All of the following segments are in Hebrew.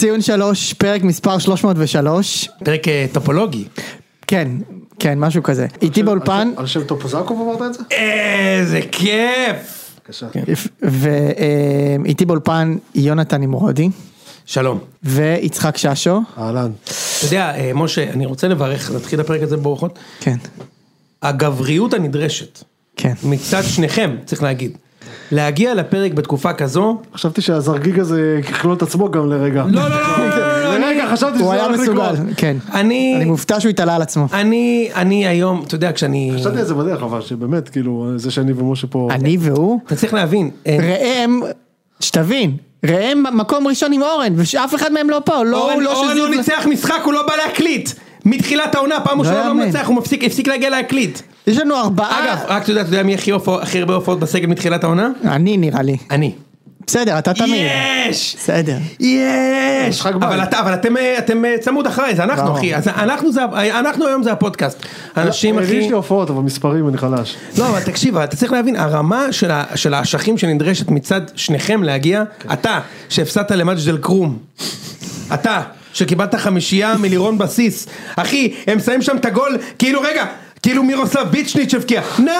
ציון 3, פרק מספר 303. פרק טופולוגי. כן, כן, משהו כזה. איתי באולפן. על שם טופוזקוב אמרת את זה? איזה כיף. בבקשה. ואיתי באולפן יונתן נמרודי. שלום. ויצחק ששו. אהלן. אתה יודע, משה, אני רוצה לברך, נתחיל את הפרק הזה בברכות. כן. הגבריות הנדרשת. כן. מצד שניכם, צריך להגיד. להגיע לפרק בתקופה כזו. חשבתי שהזרגיג הזה יכלול את עצמו גם לרגע. לא. לרגע חשבתי שזה הוא היה הולך מסוגל, לקרות. כן. אני מופתע שהוא התעלה על עצמו. אני היום, אתה יודע, כשאני... חשבתי על זה בדרך, אבל שבאמת, כאילו, זה שאני ומשה פה... אני והוא. אתה צריך להבין. ראם, שתבין. ראם מקום ראשון עם אורן, ושאף אחד מהם לא פה. אורן לא ניצח משחק, הוא לא בא להקליט. מתחילת העונה, פעם הוא שלא מנצח, הוא הפסיק להגיע להקליט. יש לנו 4... אגב, רק אתה יודע מי הכי הרבה הופעות בסגל מתחילת העונה? אני נראה לי. אני. בסדר, אתה תמיד. יש! בסדר. יש! אבל אתם צמוד אחרי, זה אנחנו אחי, אנחנו היום זה הפודקאסט. אנשים אחי... יש לי הופעות, אבל מספרים אני חלש. לא, אבל תקשיב, אתה צריך להבין, הרמה של האשכים שנדרשת מצד שניכם להגיע, אתה שהפסדת למג'דל קרום, אתה שקיבלת 5 מלירון בסיס, אחי, הם שמים שם את הגול, כאילו מירוסלב ביצ'ניץ' הבקיע,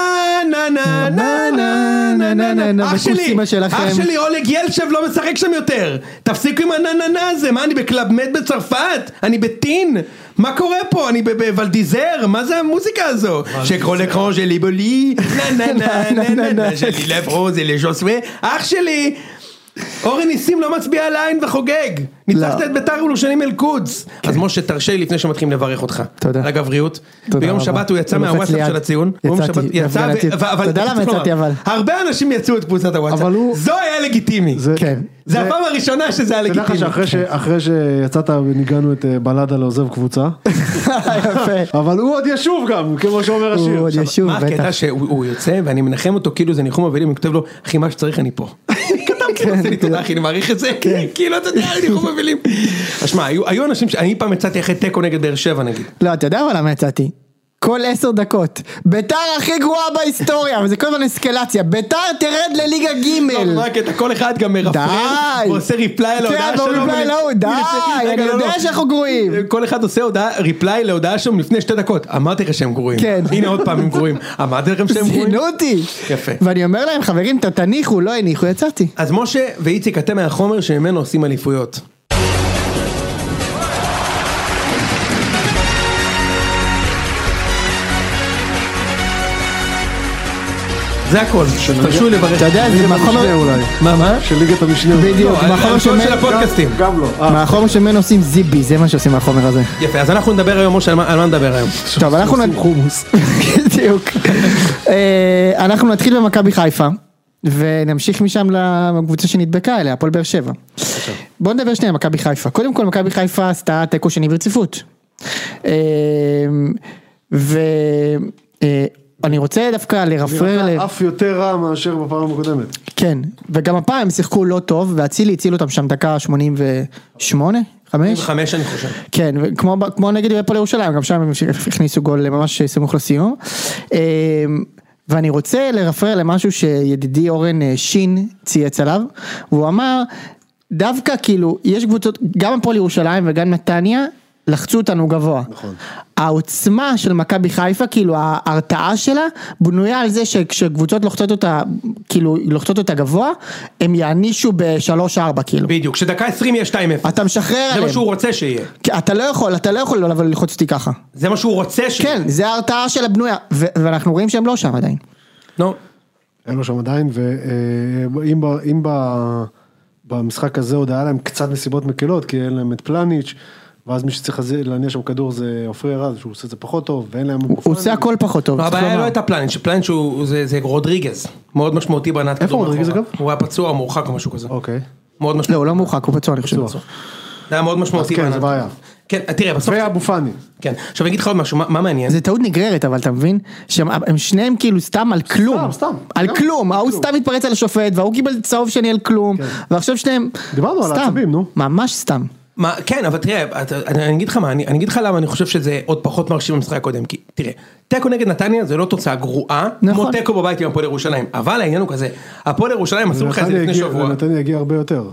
אח שלי אולג ילשב לא משחק שם יותר, תפסיקו עם הננה הזה, מה אני בקלאב מת בצרפת, אני בטין, מה קורה פה, אני בוולדיזר, מה זה המוזיקה הזו, שקרוא לקרוא ז'לי בולי, ז'לי לברו זה לג'וסווה, אח שלי, אורן ניסים לא מצביע על העין וחוגג. ניצחת את בית"ר ירושלים אל-קודס. אז משה תרשה לי לפני שמתחילים לברך אותך. תודה. על הגבריות. ביום שבת הוא יצא מהוואטסאפ של הציון. יצאתי. תודה למה יצאתי אבל. הרבה אנשים יצאו את קבוצת הוואטסאפ. זו היה לגיטימי. זה הפעם הראשונה שזה היה לגיטימי. תדע לך שאחרי שיצאת וניגענו את בלדה לעוזב קבוצה. יפה. אבל הוא עוד ישוב גם, כמו שאומר השיר. הוא עוד ישוב, מה הקטע שהוא יוצא ואני מנחם אותו כאילו זה ניחום אבלים, אני כותב לו, אחי מה שצריך אני פה. תודה אחי, אני מעריך את זה, כאילו אתה יודע, אני חום מבילים. אשמע, היו אנשים שאני פעם יצאתי אחרי טקו נגד באר שבע נגיד. לא, אתה יודע למה יצאתי? כל 10 דקות. ביתר הכי גרועה בהיסטוריה, וזה כל הזמן אסקלציה. ביתר תרד לליגה ג'. לא, רק את כל אחד גם מרפרר. די. ועושה ריפליי להודעה שלו. כן, ריפליי להודעה, די, אני יודע שאנחנו גרועים. כל אחד עושה ריפליי להודעה שלו לפני 2 דקות. אמרתי לך שהם גרועים. כן. הנה עוד פעם הם גרועים. אמרתי לכם שהם גרועים. זינו אותי. יפה. ואני אומר להם, חברים, תניחו, לא הניחו, יצאתי. אז משה ואיציק, אתם מהחומר שממנו עושים אליפויות. זה הכל, תרשו לברך. אתה יודע, זה מהחומר אולי. מה? של ליגת המשנה. בדיוק, מהחומר של הפודקאסטים. גם לא. מהחומר שממנו עושים זיבי, זה מה שעושים מהחומר הזה. יפה, אז אנחנו נדבר היום, משה, על מה נדבר היום? טוב, אנחנו חומוס. בדיוק. אנחנו נתחיל במכבי חיפה, ונמשיך משם לקבוצה שנדבקה אליה, הפועל באר שבע. בואו נדבר שנייה, מכבי חיפה. קודם כל, מכבי חיפה עשתה תיקו שני ברציפות. אני רוצה דווקא לרפרר... אף יותר רע מאשר בפעם הקודמת. כן, וגם הפעם הם שיחקו לא טוב, והצילי הצילו אותם שם דקה 88, 5 אני חושב. כן, כמו נגד הפועל ירושלים, גם שם הם הכניסו גול ממש סמוך לסיום. ואני רוצה לרפרר למשהו שידידי אורן שין צייץ עליו, והוא אמר, דווקא כאילו, יש קבוצות, גם הפועל ירושלים וגם נתניה, לחצו אותנו גבוה. נכון. העוצמה של מכבי חיפה, כאילו ההרתעה שלה, בנויה על זה שכשקבוצות לוחצות אותה, כאילו לוחצות אותה גבוה, הם יענישו ב3-4 כאילו. בדיוק, שדקה 20 יהיה 2-0. אתה משחרר עליהם. זה מה שהוא רוצה שיהיה. אתה לא יכול אבל ללחוץ אותי ככה. זה מה שהוא רוצה שיהיה. כן, זה ההרתעה של הבנויה, ואנחנו רואים שהם לא שם עדיין. נו. אין לו שם עדיין, ואם במשחק הזה עוד היה להם קצת נסיבות מקלות, כי אין להם את פלניץ', ואז מי שצריך להניע שם כדור זה עופרי ארד, שהוא עושה את זה פחות טוב, ואין להם... הוא עושה הכל פחות טוב. הבעיה לא הייתה פלניץ', פלניץ' זה רודריגז, מאוד משמעותי בענת כדור. איפה רודריגז אגב? הוא היה פצוע, מורחק או משהו כזה. אוקיי. מאוד משמעותי. לא, הוא לא מורחק, הוא פצוע, אני חושב. זה היה מאוד משמעותי. אז כן, זה בעיה. כן, תראה, בסוף... ואבו פאני. כן, עכשיו אני אגיד לך עוד משהו, מה מעניין? זה טעות נגררת, אבל אתה מבין? הם שניהם כאילו סתם על כלום. סתם. על כלום, ההוא סתם מתפרץ על השופט, והוא קיבל צהוב שני על כלום, ועכשיו שניהם... דיברנו על העצבים, נו. ממש סתם. כן, אבל תראה, אני אגיד לך מה, אני אגיד לך למה אני חושב שזה עוד פחות מרשים במשחק הקודם, כי תראה, תיקו נגד נתניה זה לא תוצאה גרועה, כמו תיקו בבית עם הפועל ירושלים, אבל העניין הוא כזה, הפועל ירושלים עשו לך את זה לפני שבוע. נתניה יגיע הרבה יותר.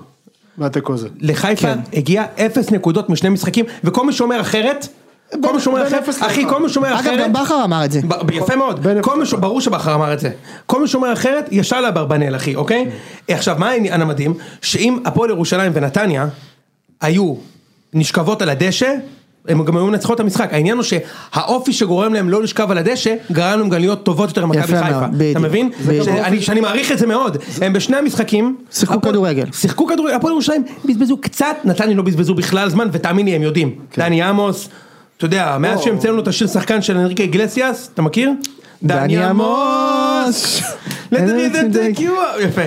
מהתיקו זה. לחיפה הגיע 0 נקודות משני משחקים, וכל מי שאומר אחרת, כל מי שאומר אחרת, אחי, כל מי שאומר אחרת, אגב, גם בכר אמר את זה. יפה מאוד, ברור שבכר אמר את זה, כל מי שאומר אחרת, ישר לאברבנאל, אחי, אוקיי? עכשיו, מה העניין המדהים? שאם הפועל ירושלים ונתניה היו נשכבות על הדשא, הם גם היו מנצחות את המשחק. העניין הוא שהאופי שגורם להם לא לשכב על הדשא, גרם להם גם להיות טובות יותר ממכבי חיפה. אתה מבין? שאני מעריך את זה מאוד. הם בשני המשחקים שיחקו כדורגל. הפועל ירושלים בזבזו קצת, נתניה לא בזבזו בכלל זמן, ותאמין לי, הם יודעים. דני עמוס, אתה יודע, מאז שהמצאנו לו את השיר שחקן של אנריקה איגלסיאס, אתה מכיר? דני עמוס! יפה.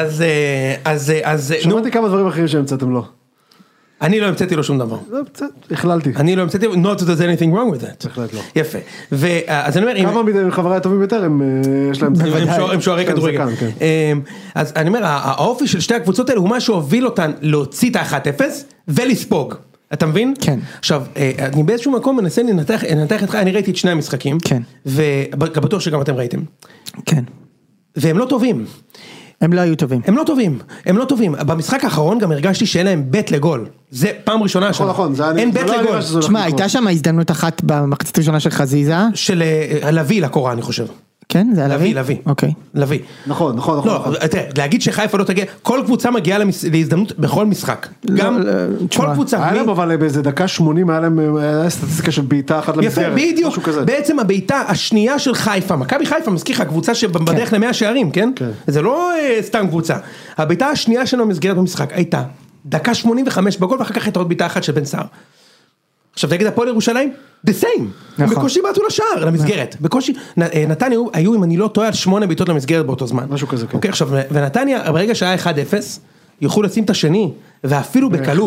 אז שמעתי כמה דברים אחרים שהמצאתם לו. אני לא המצאתי לו שום דבר. הכללתי. אני לא המצאתי, not that there's anything wrong with that. בהחלט לא. יפה. אז אני אומר, כמה מחבריי הטובים יותר, יש להם... הם שוערי כדורגל. אז אני אומר, האופי של שתי הקבוצות האלה הוא מה שהוביל אותן להוציא את ה-1-0 ולספוג. אתה מבין? כן. עכשיו, אני באיזשהו מקום מנסה לנתח אתך, אני ראיתי את שני המשחקים. כן. ובטוח שגם אתם ראיתם. כן. והם לא טובים. הם לא היו טובים. הם לא טובים. במשחק האחרון גם הרגשתי שאין להם בית לגול. זה פעם ראשונה שם. נכון, אין בית לגול. תשמע, הייתה שם הזדמנות אחת במחצית הראשונה של חזיזה. של לוי לקורה, אני חושב. כן, זה היה לוי. אוקיי. לוי. נכון. לא, תראה, להגיד שחיפה לא תגיע, כל קבוצה מגיעה להזדמנות בכל משחק. גם כל קבוצה. היה להם אבל באיזה דקה 80, היה להם סטטיסטיקה של בעיטה אחת למסגרת. יפה, בדיוק. בעצם הבעיטה השנייה של חיפה, מכבי חיפה, מזכיר לך, קבוצה שבדרך ל100 שערים, כן? זה לא סתם קבוצה. הבעיטה השנייה שלנו במסגרת במשחק הייתה דקה 85 בגול, ואחר כך הייתה עוד בעיטה אחת של בן סער. עכשיו תגיד הפועל ירושלים, the same, בקושי בעטו לשער, למסגרת, בקושי, נתניה היו, אם אני לא טועה, 8 בעיטות למסגרת באותו זמן. משהו כזה, כן. אוקיי, עכשיו, ונתניה, ברגע שהיה 1-0, יוכלו לשים את השני, ואפילו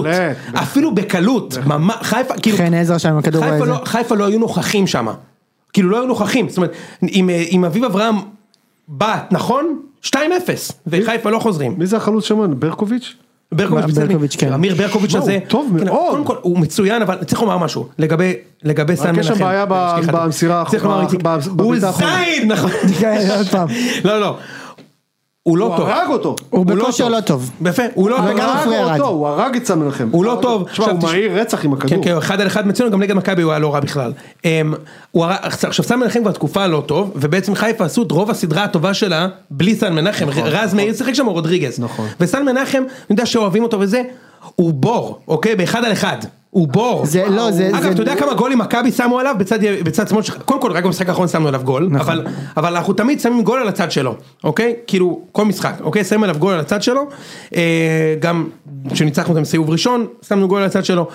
בקלות, חיפה, כאילו, חן עזר שם, הכדור הזה. חיפה לא היו נוכחים שם, כאילו לא היו נוכחים, זאת אומרת, אם אביב אברהם באת, נכון? 2-0, וחיפה לא חוזרים. מי זה החלוץ שמן? ברקוביץ'? ברקוביץ', כן. אמיר ברקוביץ' הזה, טוב מאוד. קודם כל הוא מצוין, אבל צריך לומר משהו, לגבי סן מנחם. יש שם בעיה במסירה, צריך לומר איתי, הוא זין, נכון. לא. הוא לא טוב. הוא הרג אותו. הוא בכושר לא טוב. יפה, הוא לא טוב. הוא הרג את סן מנחם. הוא לא טוב. תשמע, הוא מהיר רצח עם הכדור. כן, 1-1 מצוין, גם נגד מכבי הוא היה לא רע בכלל. עכשיו סן מנחם כבר תקופה לא טוב, ובעצם חיפה עשו את רוב הסדרה הטובה שלה, בלי סן מנחם, רז מאיר שיחק שם רודריגז. וסן מנחם, אני יודע שאוהבים אותו וזה, הוא בור, אוקיי? ב1-1. הוא בור. אגב, אתה יודע כמה גולים מכבי שמו עליו בצד שמאל, קודם כל, רק במשחק האחרון שמנו עליו גול, אבל אנחנו תמיד שמים גול על הצד שלו, אוקיי? כאילו, כל משחק, אוקיי? שמים עליו גול על הצד שלו, גם כשניצחנו אותם סיבוב ראשון, שמנו גול על הצד שלו,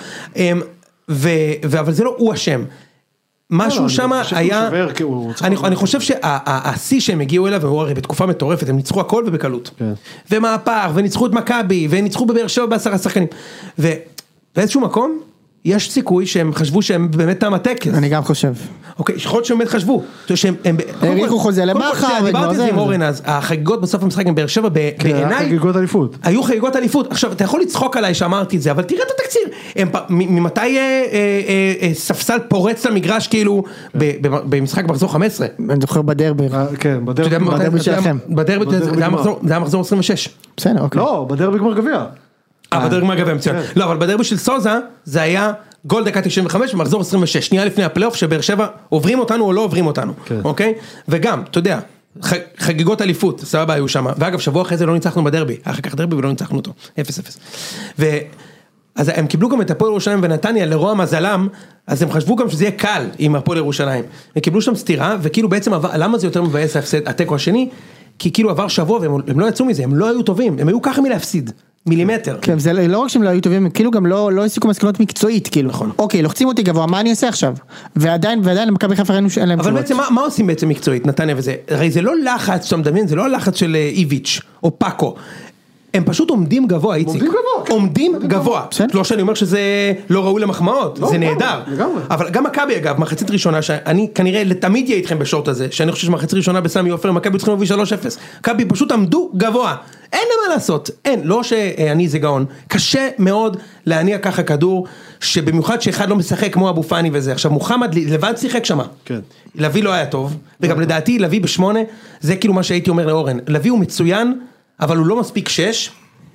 אבל זה לא הוא השם. משהו שם היה, אני חושב שהשיא שהם הגיעו אליו, והוא הרי בתקופה מטורפת, הם ניצחו הכל ובקלות, ומהפך, וניצחו את מכבי, וניצחו בבאר שבע ב10 השחקנים, ובאיזשהו מקום, יש סיכוי שהם חשבו שהם באמת תם הטקס. אני גם חושב. אוקיי, יכול להיות שהם באמת חשבו. העריכו חוזה למחר. דיברתי את זה עם אורן אז, החגיגות בסוף המשחק עם באר שבע, בעיניי, חגיגות אליפות. היו חגיגות אליפות. עכשיו, אתה יכול לצחוק עליי שאמרתי את זה, אבל תראה את התקציר. ממתי ספסל פורץ למגרש כאילו, במשחק מחזור 15? אני זוכר בדרבי. כן, בדרבי שלכם. בדרבי, זה היה מחזור 26. בסדר, אוקיי. לא, בדרבי גמר גביע. בדרבי גמר גביע, מצוין. לא, אבל בדרבי של סוזה, זה היה גול דקה 95 במחזור 26, שנייה לפני הפלייאוף, שבאר שבע עוברים אותנו או לא עוברים אותנו, אוקיי? וגם, אתה יודע, חגיגות אליפות, סבבה היו שם, ואגב, שבוע אחרי זה לא ניצחנו בדרבי, אחר כך דרבי ולא ניצחנו אותו, 0-0. אז הם קיבלו גם את הפועל ירושלים ונתניה לרוע מזלם, אז הם חשבו גם שזה יהיה קל עם הפועל ירושלים. הם קיבלו שם סתירה, וכאילו בעצם, למה זה יותר מבאס להפסד, התיקו השני? כי כאילו עבר שבוע והם לא יצאו מזה, הם לא היו טובים, הם היו ככה מלהפסיד. מילימטר. כן, זה לא רק שהם לא היו טובים, כאילו גם לא הסיקו מסקנות מקצועית, כאילו. נכון. אוקיי, לוחצים אותי גבוה, מה אני אעשה עכשיו? ועדיין למכבי חיפה ראינו שאין להם תשובות. אבל בעצם, מה עושים בעצם מקצועית, נתניה וזה? הרי זה לא לחץ, שאתה מדמיין, זה לא לחץ של איביץ' או פאקו. הם פשוט עומדים גבוה, איציק. עומדים גבוה. לא שאני אומר שזה לא ראוי למחמאות, זה נהדר. אבל גם מכבי אגב, מחצית ראשונה, שאני כנראה לתמיד יהיה איתכם בשורט הזה, שאני חושב שמחצית ראשונה בסמי עופר, מכבי צריכים להביא 3-0. מכבי פשוט עמדו גבוה. אין מה לעשות, אין, לא שאני זה גאון, קשה מאוד להניע ככה כדור, שבמיוחד שאחד לא משחק כמו אבו פאני וזה, עכשיו מוחמד לבד שיחק שמה, לוי לא היה טוב, וגם לדעתי לוי ב8, זה כאילו מה שהייתי אומר לאורן, לוי הוא מצוין, אבל הוא לא מספיק 6,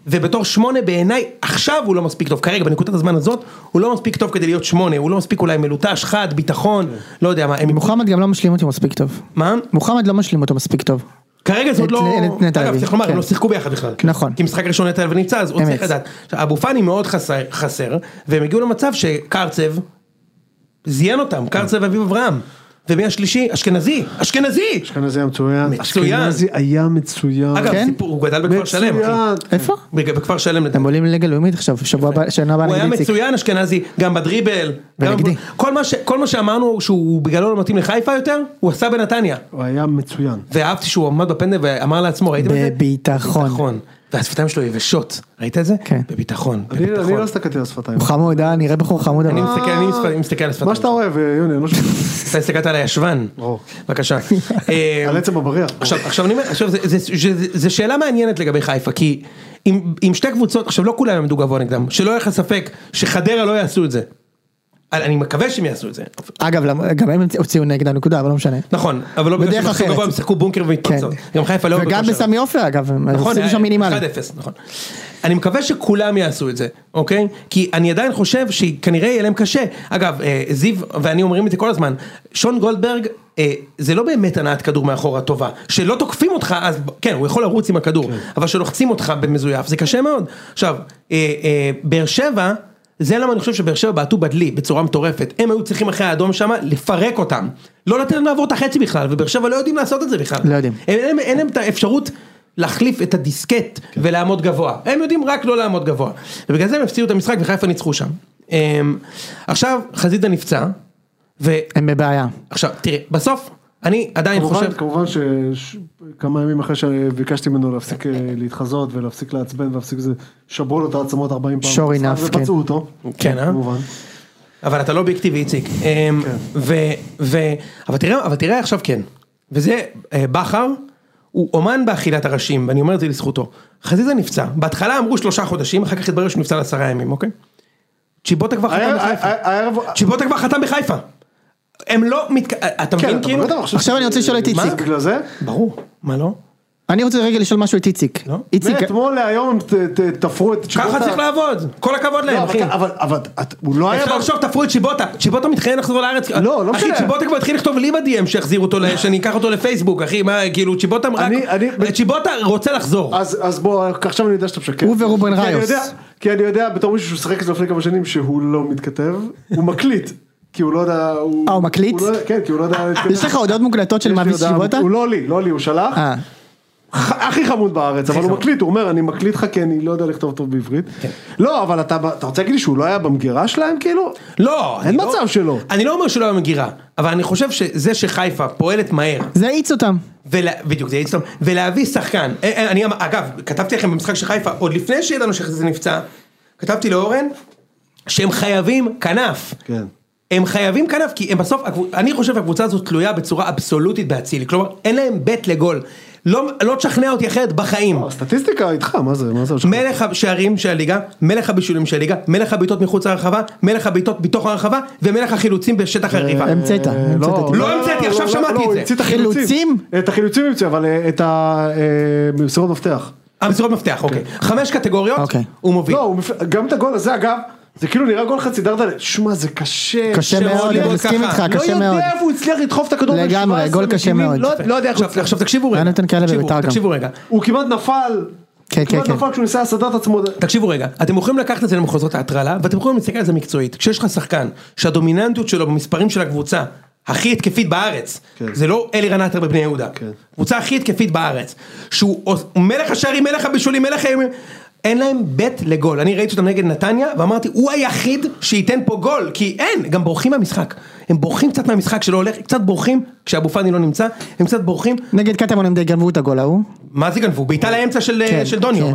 ובתור 8 בעיניי, עכשיו הוא לא מספיק טוב, כרגע בנקודת הזמן הזאת, הוא לא מספיק טוב כדי להיות 8, הוא לא מספיק אולי מלוטש, חד, ביטחון, לא יודע מה. מוחמד גם לא משלים אותו מספיק טוב. מה? מוחמד לא משלים אותו מספיק טוב. כרגע זה עוד לא, אגב צריך לומר, הם לא שיחקו ביחד בכלל. נכון. כי משחק ראשון נטל ונמצא, אז עוד צריך לדעת. אבו פאני מאוד חסר, והם הגיעו למצב שקרצב, זיין אותם, קרצב ואביב אברהם. ומי השלישי? אשכנזי היה מצוין. אשכנזי היה מצוין. אגב, הוא גדל בכפר שלם. איפה? בכפר שלם. הם עולים לליגה לאומית עכשיו, שנה הבאה. הוא היה מצוין אשכנזי, גם בדריבל. ונגדי. כל מה שאמרנו שהוא בגללו לא מתאים לחיפה יותר, הוא עשה בנתניה. הוא היה מצוין. ואהבתי שהוא עמד בפנדל ואמר לעצמו, ראיתם את זה? בביטחון. והשפתיים שלו יבשות, ראית את זה? כן. בביטחון. אני לא הסתכלתי על השפתיים. הוא חמוד, נראה בחור חמוד. אני מסתכל על השפתיים. מה שאתה אוהב, יוני, לא שומע. אתה הסתכלת על הישבן. בבקשה. על עצם הבריח. עכשיו, זה שאלה מעניינת לגבי חיפה, כי עם שתי קבוצות, עכשיו לא כולם עמדו גבוה נגדם, שלא יהיה לך ספק שחדרה לא יעשו את זה. אני מקווה שהם יעשו את זה. אגב, גם הם הוציאו נגד הנקודה, אבל לא משנה. נכון, אבל לא בגלל שהם גבוה, הם שיחקו בונקר והתפרצות. גם חיפה לא... וגם בסמי עופר, אגב, הם הוציאו שם מינימלי. 1-0, נכון. אני מקווה שכולם יעשו את זה, אוקיי? כי אני עדיין חושב שכנראה יהיה להם קשה. אגב, זיו ואני אומרים את זה כל הזמן, שון גולדברג, זה לא באמת הנעת כדור מאחורה טובה. שלא תוקפים אותך, אז כן, הוא יכול לרוץ עם הכדור, אבל שלוחצים אותך במזויף, זה קשה מאוד. עכשיו, באר שבע, זה למה אני חושב שבאר שבע בעטו בדלי בצורה מטורפת, הם היו צריכים אחרי האדום שם לפרק אותם, לא לתת להם לעבור את החצי בכלל, ובאר שבע לא יודעים לעשות את זה בכלל. לא יודעים. אין להם את האפשרות להחליף את הדיסקט ולעמוד גבוה, הם יודעים רק לא לעמוד גבוה, ובגלל זה הם הפסידו את המשחק וחיפה ניצחו שם. עכשיו חזיזה נפצע, הם בבעיה. עכשיו תראה, בסוף אני עדיין חושב... כמובן שכמה ימים אחרי שביקשתי ממנו להפסיק להתחזות ולהפסיק לעצבן ולהפסיק זה, שברו לו את העצמות 40 פעם. שור עינף, כן. ופצעו אותו. כן, כמובן. אבל אתה לא אובייקטיבי, איציק. אבל תראה עכשיו כן. וזה בכר, הוא אומן באכילת הראשים, ואני אומר את זה לזכותו. חזיזה נפצע. בהתחלה אמרו 3 חודשים, אחר כך התברר שהוא נפצע ל10 ימים, אוקיי? צ'יבוטה כבר חתם בחיפה. צ'יבוטה כבר חתם בחיפה. הם לא אתה מבין כאילו? עכשיו אני רוצה לשאול את איציק. בגלל זה? ברור, מה לא? אני רוצה רגע לשאול משהו את איציק. איציק. אתמול להיום תפרו את צ'יבוטה. ככה צריך לעבוד, כל הכבוד להם, אחי. אבל הוא לא היה... אפשר לחשוב, תפרו את צ'יבוטה, צ'יבוטה מתחיל לחזור לארץ. לא משנה. אחי, צ'יבוטה כבר התחיל לכתוב לי בדי.אם שיחזיר אותו, שאני אקח אותו לפייסבוק, אחי, מה, כאילו, צ'יבוטה צ'יבוטה רוצה לחזור. אז בוא, עכשיו אני יודע שאתה משקר. הוא ורובן ראיוס. כי אני יודע, בתור מישהו ששחק את זה לפני כמה שנים, שהוא לא מתכתב, הוא מקליט. כי הוא לא יודע... הוא מקליט? כן, כי הוא לא יודע... יש לך הודעות מוקלטות של מאביס צ'יבוטה? הוא לא לי, הוא שלח. הכי חמוד בארץ, אבל הוא מקליט, הוא אומר, אני מקליט לך כי אני לא יודע לכתוב טוב בעברית. לא, אבל אתה רוצה להגיד לי שהוא לא היה במגירה שלהם, כאילו? לא. אין מצב שלו. אני לא אומר שהוא לא היה במגירה, אבל אני חושב שזה שחיפה פועלת מהר. זה העיץ אותם. בדיוק, זה העיץ אותם. ולהביא שחקן. אגב, כתבתי לכם במשחק של חיפה, עוד לפני שידענו שזה נפצע, כתבתי לאורן, שהם חייבים כנף. כן. הם חייבים כנף, כי הם בסוף, אני חושב שהקבוצה הזאת תלויה בצורה אבסולוטית באצילי, כלומר, אין להם בית לגול, לא תשכנע אותי אחרת בחיים. הסטטיסטיקה איתך, מה זה? מלך השערים של הליגה, מלך הבישולים של הליגה, מלך הבעיטות מחוץ הרחבה, מלך הבעיטות בתוך הרחבה, ומלך החילוצים בשטח הריבה. המצאת. לא המצאתי, עכשיו שמעתי את זה. חילוצים? את החילוצים המציא, אבל את המסירות מפתח. המסירות מפתח, אוקיי. 5 קטגוריות, הוא מוביל. לא, גם את הגול הזה, אגב, זה כאילו נראה גול חצי דרדלה, שמה זה קשה. קשה מאוד, אני מסכים איתך, קשה מאוד. לא יודע איפה הוא הצליח לדחוף את הכדור. לגמרי, גול קשה מאוד. לא יודע איך הוא הצליח. עכשיו תקשיבו רגע. תקשיבו רגע. הוא כמעט נפל. כמעט נפל כשהוא ניסה לסדר את עצמו. תקשיבו רגע, אתם יכולים לקחת את זה למחוזות ההטרלה, ואתם יכולים להסתכל על זה מקצועית. כשיש לך שחקן שהדומיננטיות שלו במספרים של הקבוצה הכי התקפית בארץ, זה לא אלירן עטר בבני יהודה. קבוצה הכי התקפית בארץ, שהוא מלך השערים, מלך הבישולים, מלך הימים. אין להם בית לגול, אני ראיתי אותם נגד נתניה, ואמרתי, הוא היחיד שייתן פה גול, כי אין, גם בורחים מהמשחק, הם בורחים קצת מהמשחק שלא הולך, קצת בורחים, כשאבו פאני לא נמצא, הם קצת בורחים. נגד קטמון הם די גנבו את הגול ההוא. מה זה גנבו? בעיטה לאמצע של דוניו,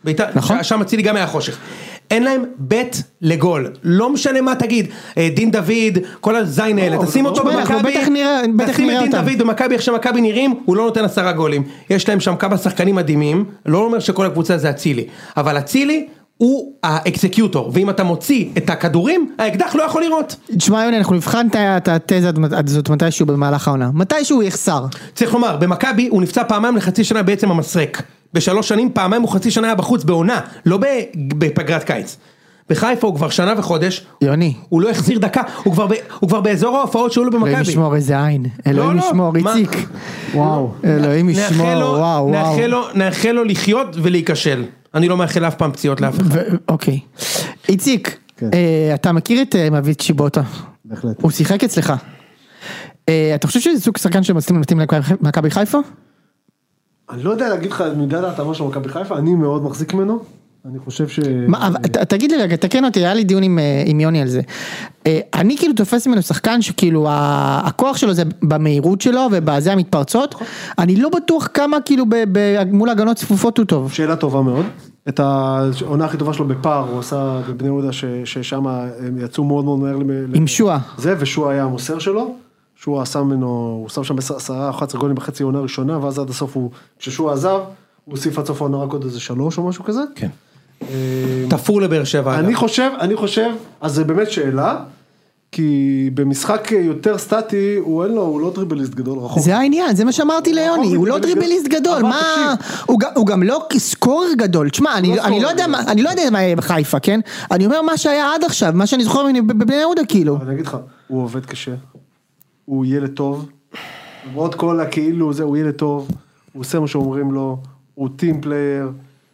שם אצילי גם היה חושך. אין להם בית לגול, לא משנה מה תגיד, דין דוד, כל הזין האלה, תשים אותו במכבי, תשים את דין דוד במכבי, איך שמכבי נראים, הוא לא נותן 10 גולים, יש להם שם כמה שחקנים מדהימים, לא אומר שכל הקבוצה זה אצילי, אבל אצילי הוא האקסקיוטור, ואם אתה מוציא את הכדורים, האקדח לא יכול לראות. תשמע יוני, אנחנו נבחן את התזה הזאת מתישהו במהלך העונה, מתישהו יחסר. צריך לומר, במכבי הוא נפצע פעמיים לחצי שנה בעצם המסרק, בשלוש שנים, פעמיים הוא חצי שנה היה בחוץ, בעונה, לא בפגרת קיץ. בחיפה הוא כבר שנה וחודש, יוני. הוא לא החזיר דקה, הוא כבר באזור ההופעות שהוא לא במכבי. אלוהים ישמור איזה עין, אלוהים ישמור, איציק. וואו. אלוהים ישמור, וואו. נאחל לו לחיות ולהיכשל. אני לא מאחל אף פעם פציעות לאף אחד. אוקיי. איציק, אתה מכיר את מביט שיבוטה? בהחלט. הוא שיחק אצלך. אתה חושב שזה סוג שחקן שמתאים למכבי חיפה? אני לא יודע להגיד לך, מידת ההתאמה של מכבי חיפה, אני מאוד מחזיק ממנו. אני חושב ש... תגיד לי רגע, תקן אותי, היה לי דיון עם יוני על זה. אני כאילו תופס ממנו שחקן שכאילו הכוח שלו זה במהירות שלו ובזה המתפרצות. אני לא בטוח כמה כאילו מול הגנות צפופות הוא טוב. שאלה טובה מאוד. את העונה הכי טובה שלו בפער, הוא עשה בבני יהודה ששם הם יצאו מאוד מאוד מהר. עם שואה. זה, ושואה היה המוסר שלו. שואה עשה ממנו, הוא שם שם 10-11 גולים בחצי עונה ראשונה, ואז עד הסוף כששואה עזב, הוא הוסיף עד סוף העונה רק עוד איזה 3 או משהו כזה. כן. תפור לבאר שבע. אני חושב, אז זה באמת שאלה, כי במשחק יותר סטטי, הוא לא דריבליסט גדול רחוק. זה העניין, זה מה שאמרתי ליוני, הוא לא דריבליסט גדול, מה, הוא גם לא סקורר גדול, תשמע, אני לא יודע מה יהיה בחיפה, כן? אני אומר מה שהיה עד עכשיו, מה שאני זוכר בבני יהודה כאילו. אני אגיד לך, הוא עובד קשה, הוא ילד טוב, למרות כל הכאילו זה, הוא ילד טוב, הוא עושה מה שאומרים לו, הוא טים פלייר,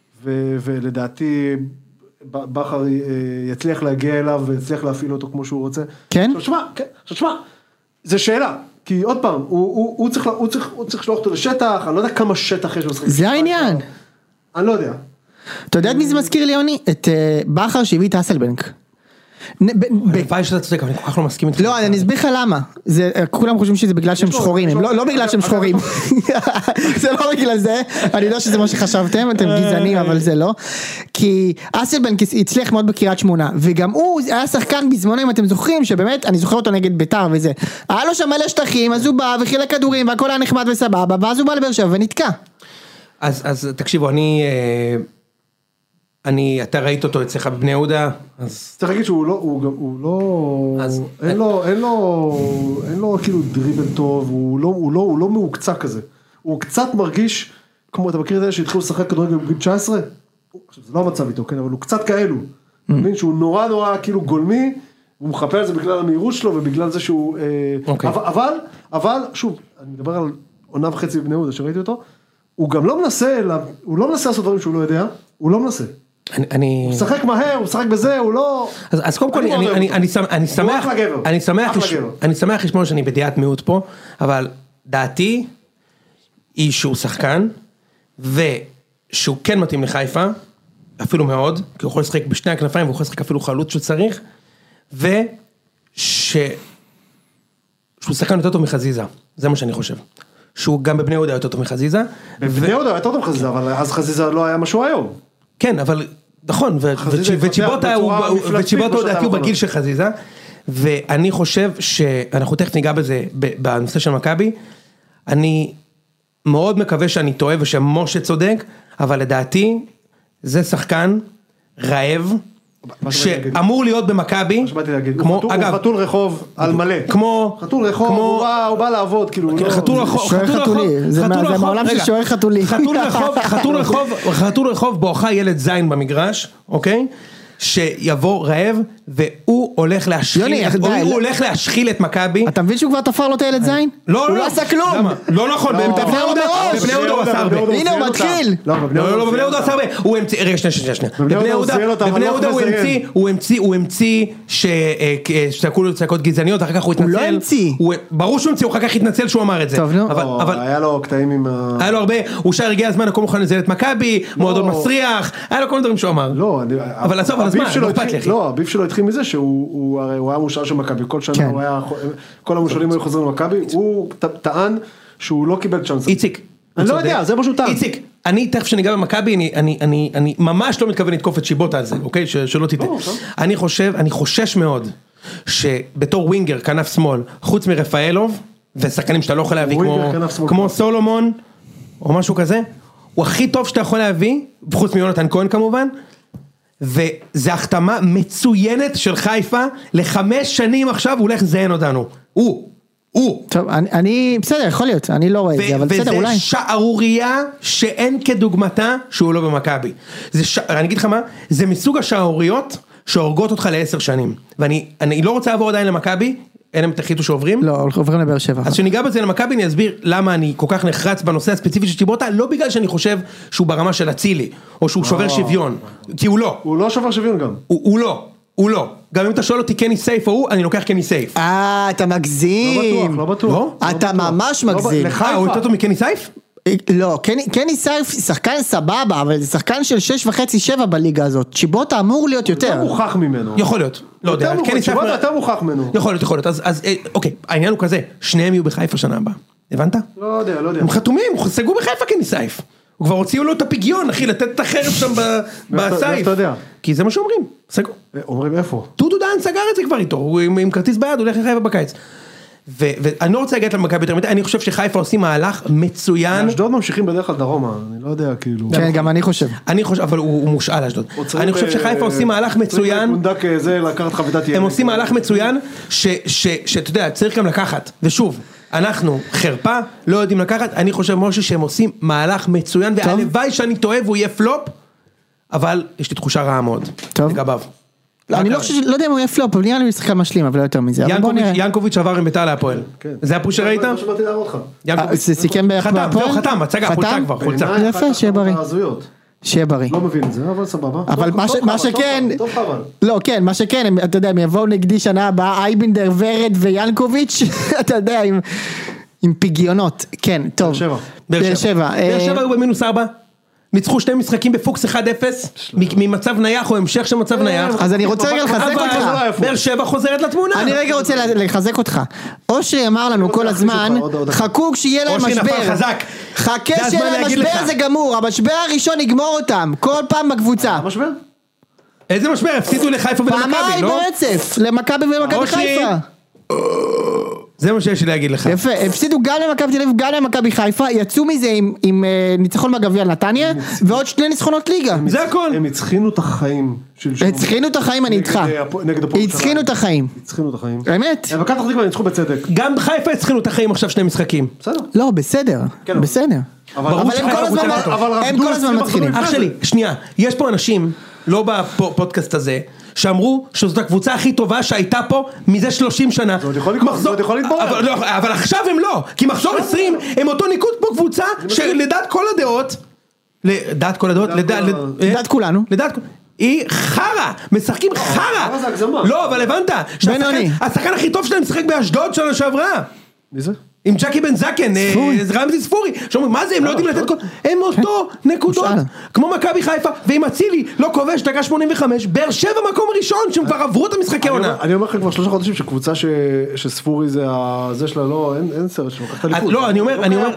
ולדעתי בכר יצליח להגיע אליו ויצליח להפעיל אותו כמו שהוא רוצה. כן? שמע, זה שאלה, כי עוד פעם, הוא צריך לשלוח אותו לשטח, אני לא יודע כמה שטח יש. זה העניין. אני לא יודע. אתה יודע את מי זה מזכיר לי יוני? את בכר שהביא את אסלבנק. הלוואי שאתה צודק, אבל אני כל כך לא מסכים איתך. לא, אני אסביר לך למה. כולם חושבים שזה בגלל שהם שחורים, לא בגלל שהם שחורים. זה לא בגלל זה, אני יודע שזה מה שחשבתם, אתם גזענים, אבל זה לא. כי אסלבנק הצליח מאוד בקריית שמונה, וגם הוא היה שחקן בזמנו, אם אתם זוכרים, שבאמת, אני זוכר אותו נגד ביתר וזה. היה לו שם מלא שטחים, אז הוא בא וחילק כדורים, והכל היה נחמד וסבבה, ואז הוא בא לבאר שבע ונתקע. אז תקשיבו, אתה ראית אותו אצלך בבני יהודה, אז... צריך להגיד שהוא לא, אין לו כאילו דריבל טוב, הוא לא מעוקצה כזה, הוא קצת מרגיש, כמו אתה מכיר את זה שהתחילו לשחק כדורגל בגיל 19, זה לא המצב איתו, כן, אבל הוא קצת כאלו, אתה מבין שהוא נורא כאילו גולמי, הוא מחפה על זה בגלל המהירות שלו ובגלל זה שהוא, אבל שוב, אני מדבר על עונה וחצי בבני יהודה שראיתי אותו, הוא גם לא מנסה לעשות דברים שהוא לא יודע, הוא לא מנסה. הוא משחק מהר, הוא משחק בזה, הוא לא... אז קודם כל, אני שמח לשמוע שאני בדעת מיעוט פה, אבל דעתי היא שהוא שחקן, ושהוא כן מתאים לחיפה, אפילו מאוד, כי הוא יכול לשחק בשני הכנפיים, והוא יכול לשחק אפילו חלוץ שצריך, שהוא שחקן יותר טוב מחזיזה, זה מה שאני חושב. שהוא גם בבני יהודה יותר טוב מחזיזה. בבני יהודה יותר טוב מחזיזה, אבל אז חזיזה לא היה משהו היום. כן, אבל נכון, וצ'יבוטה הוא דעתי הוא בגיל של חזיזה, ואני חושב שאנחנו תכף ניגע בזה בנושא של מכבי, אני מאוד מקווה שאני טועה ושמשה צודק, אבל לדעתי זה שחקן רעב, שאמור להיות במכבי, הוא חתול רחוב על מלא, חתול רחוב, הוא בא לעבוד, זה מהעולם ששוער חתולי, חתול רחוב בואכה ילד זין במגרש, אוקיי? שיבוא רעב, והוא הולך להשחיל את מכבי. אתה מבין שהוא כבר תפר לו את הילד זין? לא, הוא לא עשה כלום. לא נכון, בבני יהודה הוא עשה הרבה. הנה הוא מתחיל. לא, בבני יהודה הוא עשה הרבה. הוא המציא, רגע, שנייה. בבני יהודה הוא המציא שתקעו לו צעקות גזעניות, אחר כך הוא התנצל. הוא לא המציא. ברור שהוא המציא, הוא אחר כך התנצל שהוא אמר את זה. טוב, נו. היה לו קטעים עם... היה לו הרבה, הוא שר הגיע הזמן, הכל מוכן לזל את מכבי, מועדון מסריח, היה לו כל דברים שהוא אמר. אבל עזוב, הביף שלו התחיל מזה שהוא היה מושל של מכבי, כל שנה כל המושלים היו חוזרים למכבי, הוא טען שהוא לא קיבל צ'אנס. איציק, אני לא יודע, זה מה שהוא טען. איציק, אני תכף שניגע במכבי, אני ממש לא מתכוון לתקוף את שיבוטה על זה, אוקיי? שלא תיתן. אני חושש מאוד, שבתור ווינגר, כנף שמאל, חוץ מרפאלוב, ושחקנים שאתה לא יכול להביא, כמו סולומון, או משהו כזה, הוא הכי טוב שאתה יכול להביא, חוץ מיונתן כהן כמובן, וזה החתמה מצוינת של חיפה, ל5 שנים עכשיו הוא הולך לזיין אותנו. טוב, אני, בסדר, יכול להיות, אני לא רואה את זה, אבל בסדר, אולי. וזה שערוריה שאין כדוגמתה שהוא לא במכבי. אני אגיד לך מה, זה מסוג השערוריות שהורגות אותך ל10 שנים. ואני לא רוצה לעבור עדיין למכבי, אין להם תחיתו שעוברים. לא, עוברים לבאר שבע. אז שניגע בזה למכבי, אני אסביר למה אני כל כך נחרץ בנושא הספציפי של צ'יבוטה, לא בגלל שאני חושב שהוא ברמה של אצילי, או שהוא שובר שוויון, כי הוא לא. הוא לא שובר שוויון גם. הוא לא. גם אם אתה שואל אותי קני סייף או הוא, אני לוקח קני סייף. אתה מגזים. לא בטוח. אתה ממש מגזים. הוא יותר טוב מקני סייף? לא, קני סייף שחקן סבבה, אבל זה שחקן של 6.5-7 בליגה הזאת. צ'יבוטה אמור להיות יותר. יותר מוכח ממנו. יכול להיות. לא יודע, קני סייף... יותר מוכח ממנו. יכול להיות. אז אוקיי, העניין הוא כזה, שניהם יהיו בחיפה שנה הבאה. הבנת? לא יודע. הם חתומים, סגרו בחיפה קני סייף. הוא כבר הוציאו לו את הפיגיון, אחי, לתת את החרב שם בסייף. כי זה מה שאומרים, סגרו. אומרים איפה? דודו דהן סגר את זה כבר איתו, הוא עם כרטיס ביד, הוא הולך לחיפה בקיץ. ואני לא רוצה להגיד למכבי יותר מדי, אני חושב שחיפה עושים מהלך מצוין. אשדוד ממשיכים בדרך כלל דרומה, אני לא יודע כאילו. כן, גם אני חושב. אבל הוא מושאל אשדוד. אני חושב שחיפה עושים מהלך מצוין. הם עושים מהלך מצוין, שאתה יודע, צריך גם לקחת. ושוב, אנחנו חרפה, לא יודעים לקחת, אני חושב משה שהם עושים מהלך מצוין, והלוואי שאני טועה והוא יהיה פלופ, אבל יש לי תחושה רעה מאוד. טוב. לגביו. אני לא יודע אם הוא יהיה פלופ, אבל נראה לי משחקן משלים, אבל לא יותר מזה. ינקוביץ' עבר עם ביתר להפועל. זה הפוש שראית? זה סיכם בהפועל? חתם, הצגה, חולצה כבר, חולצה. יפה, שיהיה בריא. שיהיה בריא. לא מבין את זה, אבל סבבה. אבל מה שכן, לא, כן, מה שכן, אתה יודע, הם יבואו נגדי שנה הבאה, אייבינדר, ורד וינקוביץ', אתה יודע, עם פיגיונות. כן, טוב. באר שבע. באר שבע היו במינוס 4. ניצחו 2 משחקים בפוקס 1-0 ממצב נייח או המשך של מצב נייח. אז אני רוצה רגע לחזק אותך. באר שבע חוזרת לתמונה. אני רגע רוצה לחזק אותך. אושרי אמר לנו כל הזמן, חכו כשיהיה להם משבר. חכה שיהיה להם משבר, זה גמור. המשבר הראשון יגמור אותם. כל פעם בקבוצה. משבר? איזה משבר? הפסידו לחיפה ולמכבי, לא? פעמיים ברצף, למכבי ולמכבי חיפה. זה מה שיש לי להגיד לך. יפה, הפסידו גם למכבי תל אביב, גם למכבי חיפה, יצאו מזה עם ניצחון בגביע נתניה, ועוד 2 ניצחונות ליגה. זה הכל. הם הצחינו את החיים. הצחינו את החיים, אני איתך. הצחינו את החיים. הצחינו את החיים. האמת? הם מכבי פתח תקווה ניצחו בצדק. גם חיפה הצחינו את החיים עכשיו 2 משחקים. בסדר. לא, בסדר. בסדר. אבל הם כל הזמן מתחילים. אח שלי, שנייה, יש פה אנשים, לא בפודקאסט הזה, שאמרו שזאת הקבוצה הכי טובה שהייתה פה מזה 30 שנה. זה עוד יכול להתברר. אבל עכשיו הם לא, כי מחזור 20 הם אותו ניקוד פה קבוצה שלדעת כל הדעות, לדעת כולנו, היא חרה, משחקים חרה. זה הגזמה. לא, אבל הבנת, השחקן הכי טוב שלהם משחק באשדוד שנה שעברה. מי זה? עם ג'קי בן זקן, רמזי ספורי, שאומרים, מה זה, הם לא יודעים לתת כל... הם אותו נקודות, כמו מכבי חיפה, ועם אצילי, לא כובש, דקה 85, באר שבע מקום ראשון, שהם כבר עברו את המשחקי עונה. אני אומר לך כבר 3 חודשים, שקבוצה שספורי זה שלה, לא, אין סרט שלו, לקחת הליכוד. לא, אני אומר,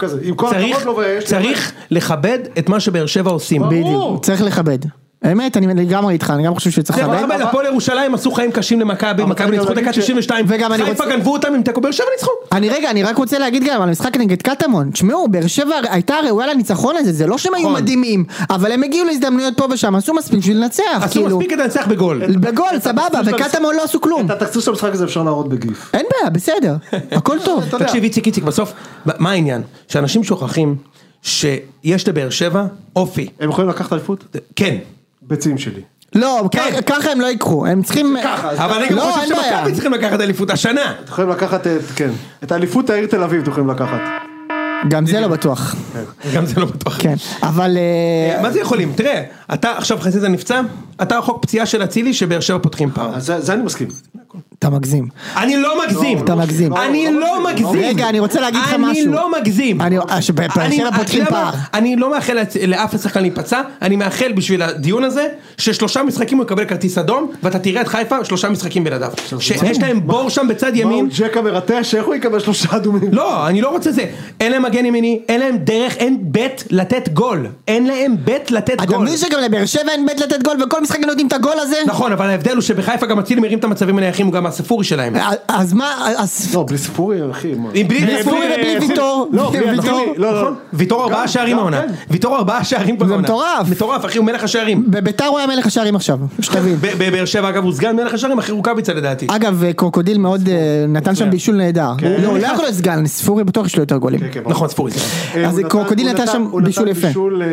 צריך לכבד את מה שבאר שבע עושים. בדיוק, צריך לכבד. האמת, אני לגמרי איתך, אני גם חושב שצריך לכבד. הפועל ירושלים עשו חיים קשים למכבי, מכבי ניצחו דקה 92, חיפה גנבו אותם עם תיקו, באר שבע ניצחו. אני רק רוצה להגיד גם על המשחק נגד קטמון, תשמעו, באר שבע הייתה ראויה לניצחון הזה, זה לא שהם היו מדהימים, אבל הם הגיעו להזדמנויות פה ושם, עשו מספיק בשביל לנצח. עשו מספיק כדי לנצח בגול. בגול, סבבה, וקטמון לא עשו כלום. את התקציר של המשחק הזה אפשר להראות בגיף. אין בעיה, בסדר, הכל טוב. תקשיב, איציק, בסוף, מה העניין? שאנשים שוכחים שיש לבאר שבע אופי. הם יכולים לקחת אליפות? כן. ביצים שלי. לא, ככה הם לא יקחו, הם צריכים... אבל אני גם חושב שמכבי צריכים לקחת אליפות השנה. אתם יכולים לקחת, כן, את האליפות העיר תל אביב אתם יכולים לקחת. גם זה לא בטוח. גם זה לא בטוח. כן, אבל... מה זה יכולים? תראה, אתה עכשיו חסיד הנפצע, אתה רחוק פציעה של אצילי שבאר שבע פותחים פעם. זה אני מסכים. אתה מגזים. אני לא מגזים. אתה מגזים. אני לא מגזים. רגע, אני רוצה להגיד לך משהו. אני לא מגזים. שבאר שבע פותחים פער. אני לא מאחל לאף השחקן להיפצע, אני מאחל בשביל הדיון הזה, ש3 משחקים הוא יקבל כרטיס אדום, ואתה תראה את חיפה 3 משחקים בלעדיו. שיש להם בור שם בצד ימין. ג'קה מרתח, שאיך הוא יקבל 3 אדומים? לא, אני לא רוצה זה. אין להם מגן ימיני, אין להם דרך, אין בית לתת גול. אין להם בית לתת גול. אתה מבין שגם לבאר שבע אין בית לתת גול, וכל משחק הם נותנים את הגול הזה? נכון, אבל ההבדל הוא שבחיפה גם אצילי מרים את המצבים הנייחים, הוא גם הספורי שלהם. אז מה, אז... לא, בלי ספורי, אחי. בלי ויטור. לא, בלי ויטור. לא. ויטור 4 שערים העונה. ויטור 4 שערים בעונה. זה מטורף. מטורף, אחי, הוא מלך השערים. בביתר הוא היה מלך השערים עכשיו, שתבין. בבאר שבע, אגב, הוא סגן מלך השערים, אחי רוקאביצה לדעתי. אגב, קרוקודיל מאוד נתן שם בישול נהדר. הוא לא יכול להיות סגן, ספורי בטוח יש לו יותר גולים. נכון, ספורי. אז קרוקודיל נתן שם בישול יפה.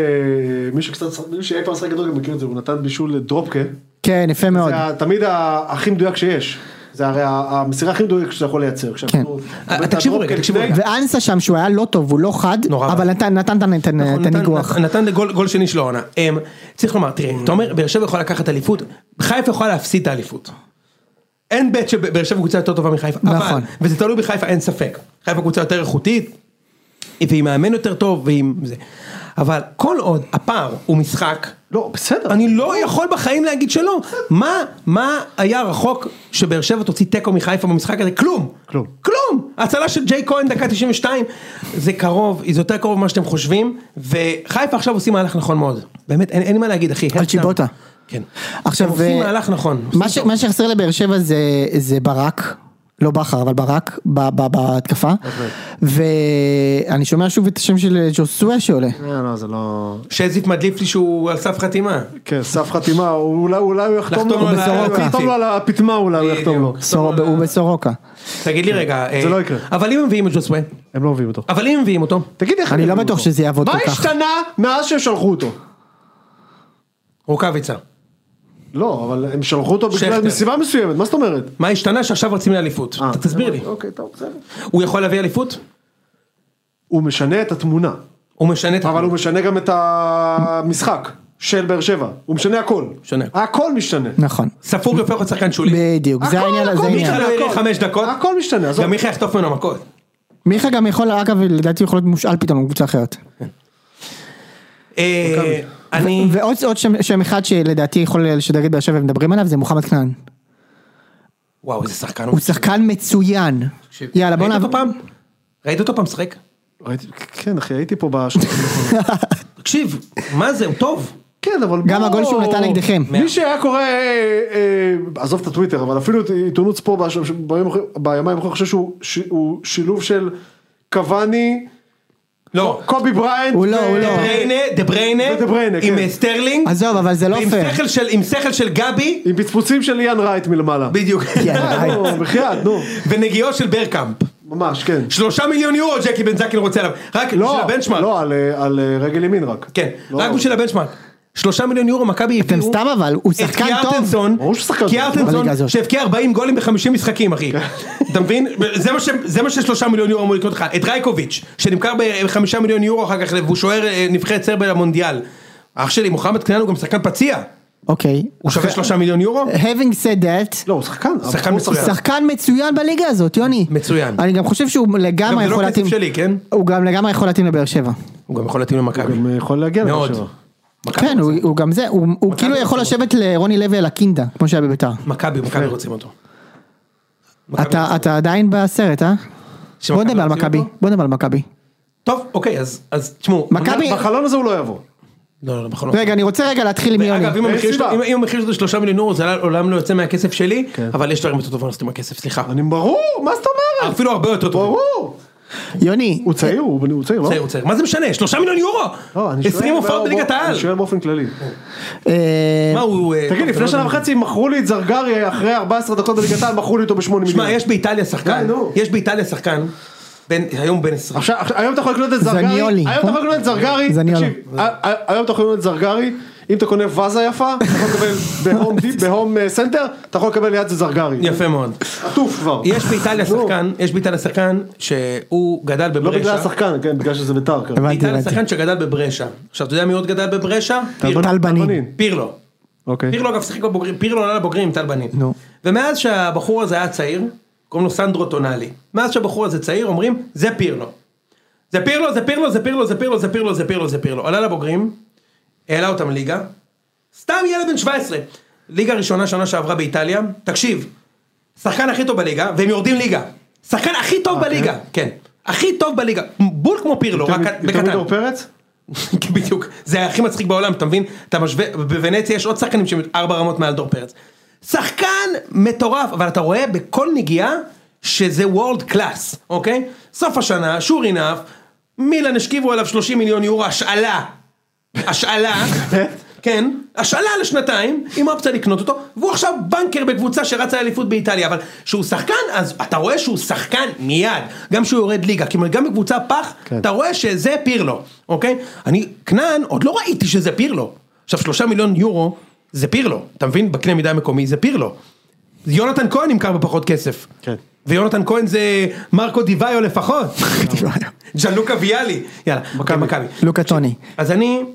מי שאי פעם משחק גדול גם מכיר את זה, הוא נתן בישול לדרופקה. כן, יפה מאוד. זה תמיד הכי מדויק שיש. זה הרי המסירה הכי מדויק שאתה יכול לייצר. תקשיבו רגע. ואנסה שם שהוא היה לא טוב, הוא לא חד, אבל נתן את הניגוח. נתן גול שני שלו עונה. צריך לומר, תראה, אתה אומר, באר שבע יכול לקחת אליפות, חיפה יכולה להפסיד את האליפות. אין בית שבאר שבע קבוצה יותר טובה מחיפה, אבל, וזה תלוי בחיפה, אין ספק. חיפה קבוצה יותר איכותית, והיא מאמן יותר טוב, ועם זה. אבל כל עוד הפער הוא משחק, לא, בסדר. אני לא יכול בחיים להגיד שלא. מה היה רחוק שבאר שבע תוציא טקו מחיפה במשחק הזה? כלום. הצלה של ג'יי כהן דקה 92, זה קרוב, זה יותר קרוב ממה שאתם חושבים, וחיפה עכשיו עושים מהלך נכון מאוד. באמת, אין לי מה להגיד, אחי. על צ'יבוטה. כן. עכשיו, הם עושים מהלך נכון. מה שחסר לבאר שבע זה ברק. לא בחר, אבל ברק, בהתקפה, ואני שומע שוב את השם של ג'וסואה שעולה. לא, זה לא... שזיף מדליף לי שהוא על סף חתימה. כן, סף חתימה, אולי הוא יחתום לו, יחתום לו על הפתמה אולי, הוא יחתום לו. הוא בסורוקה. תגיד לי רגע, זה לא יקרה. אבל אם הם מביאים את ג'וסואה? הם לא מביאים אותו. אבל אם הם מביאים אותו? תגיד איך... אני לא בטוח שזה יעבוד כל כך. מה השתנה מאז שהם שלחו אותו? רוקאביצה. לא, אבל הם שלחו אותו בגלל מסיבה מסוימת, מה זאת אומרת? מה השתנה שעכשיו רוצים לאליפות? תסביר לי. אוקיי, טוב, בסדר. הוא יכול להביא אליפות? הוא משנה את התמונה. אבל הוא משנה גם את המשחק של באר שבע. הוא משנה הכל. הכל משתנה. נכון. ספוג יופך עוד שחקן שולי. בדיוק, זה העניין. מיכה לא יראה 5 דקות. הכל משתנה. גם מיכה יחטוף ממנו מכות. מיכה גם יכול, אגב, לדעתי יכול להיות מושאל פתאום בקבוצה אחרת. ועוד שם אחד שלדעתי יכול לשדר את באר שבע ומדברים עליו זה מוחמד כנען. וואו, איזה שחקן. הוא שחקן מצוין. יאללה, בוא נעבור. ראית אותו פעם שחק? כן, אחי, הייתי פה תקשיב, מה זה, הוא טוב. כן, אבל גם הגול שהוא נתן נגדכם. מי שהיה קורא, עזוב את הטוויטר, אבל אפילו עיתונות ספורט בימיים אני חושב שהוא שילוב של קוואני, לא, קובי בריינט, הוא לא, דה בריינה, עם סטרלינג, עזוב, אבל זה לא פייר. עם שכל של גבי, עם פצפוצים של יאן רייט מלמעלה. בדיוק. בחייאת, נו. ונגיעות של ברקאמפ. ממש, כן. 3 מיליון יורו ג'קי בן זקין רוצה עליו. רק בשביל הבנצ'מארק. לא, על רגל ימין רק. כן, רק בשביל הבנצ'מארק. 3 מיליון יורו מכבי הביאו. אתם סתם אבל, הוא שחקן טוב. קיארטנסון שהבקיע 40 גולים ב50 משחקים, אחי. אתה מבין? זה מה ש3 מיליון יורו אמור לקנות לך. את רייקוביץ' שנמכר ב5 מיליון יורו אחר כך, והוא שוער נבחרת סרביה למונדיאל. אח שלי, מוחמד כנען הוא גם שחקן פציע. אוקיי. הוא שווה 3 מיליון יורו? Having said that. לא, הוא שחקן. שחקן מצוין בליגה הזאת, יוני. מצוין. אני גם חושב שהוא לגמרי יכול להתאים. גם זה לא כסף שלי, כן? הוא גם לגמרי יכול להתאים לבאר שבע. הוא גם יכול להתאים למכבי. הוא גם יכול להגיע לבאר שבע. כן, הוא גם זה, הוא כאילו יכול לשבת לרוני לוי על הקינדה, כמו שהיה בביתר. מכבי רוצים אותו. אתה עדיין בסרט, אה? בוא נדבר על מכבי. טוב, אוקיי, אז תשמעו. בחלון הזה הוא לא יבוא. לא, בחלון. רגע, אני רוצה רגע להתחיל עם יוני. אגב, אם המחיר שלו 3 מיליון יורו, זה עולם לא יוצא מהכסף שלי, אבל יש דברים יותר טובים לעשות עם הכסף, סליחה. אני ברור, מה זאת אומרת? אפילו הרבה יותר טוב. ברור. יוני. הוא צעיר, הוא צעיר, לא? הוא צעיר. מה זה משנה? 3 מיליון יורו! 20 הופעות בליגת העל. אני שואל באופן כללי. מה הוא... תגיד, לפני שנה וחצי מכרו לי את זרגרי אחרי 14 דקות בליגת העל, מכרו לי אותו ב8 מיליון. שמע, יש באיטליה שחקן, היום בן 20. היום אתה יכול לקנות את זרגרי, היום אתה יכול לקנות את זרגרי, היום אתה יכול לקנות את זרגרי, אם אתה קונה וזה יפה, אתה יכול לקבל בהום סנטר, אתה יכול לקבל ליד זה זרגרי. יפה מאוד. עטוף כבר. יש באיטליה שחקן שהוא גדל בברשה. לא בגלל השחקן, כן, בגלל שזה ביתר. באיטליה שחקן שגדל בברשה. עכשיו, אתה יודע מי עוד גדל בברשה? טל בנין. פירלו. פירלו אגב שיחק בבוגרים, פירלו עלה לבוגרים עם טל בנין. ומאז שהבחור הזה היה צעיר, קוראים לו סנדרו טונאלי. מאז שהבחור הזה צעיר, אומרים, זה פירלו. זה פירלו, זה פירלו, זה פירלו, זה פירלו, זה פירלו, זה פירלו, זה פירלו. עלה לבוגרים, העלה אותם ליגה. סתם ילד בן 17. ליגה ראשונה שנה שעברה באיטליה. תקשיב, שחקן הכי טוב בליגה, והם יורדים ליגה. שחקן הכי טוב בליגה. כן. הכי טוב בליגה. בול כמו פירלו, רק בקטן. יותר מדור פרץ? בדיוק. זה הכי מצחיק בעולם, אתה מבין? אתה משווה, בוונציה יש עוד שחקנים שהם 4 רמות מעל דור פרץ. שחקן מטורף, אבל אתה רואה בכל נגיעה שזה וורלד קלאס, אוקיי? סוף השנה, sure enough, מילאן השכיבו עליו 30 מיליון יורו, השאלה, כן, השאלה לשנתיים, עם אופציה לקנות אותו, והוא עכשיו בנקר בקבוצה שרצה לאליפות באיטליה, אבל שהוא שחקן, אז אתה רואה שהוא שחקן מיד, גם שהוא יורד ליגה, כי גם בקבוצה פח, אתה רואה שזה פירלו, אוקיי? כנען, עוד לא ראיתי שזה פירלו, עכשיו 3 מיליון יורו, זה פירלו, אתה מבין? בקנה מידה מקומי, זה פירלו. יונתן כהן נמכר בפחות כסף. כן. ויונתן כהן זה מרקו דיוויו לפחות. ג'אנלוקה ויאלי. יאללה, מכבי. לוקה טוני. אז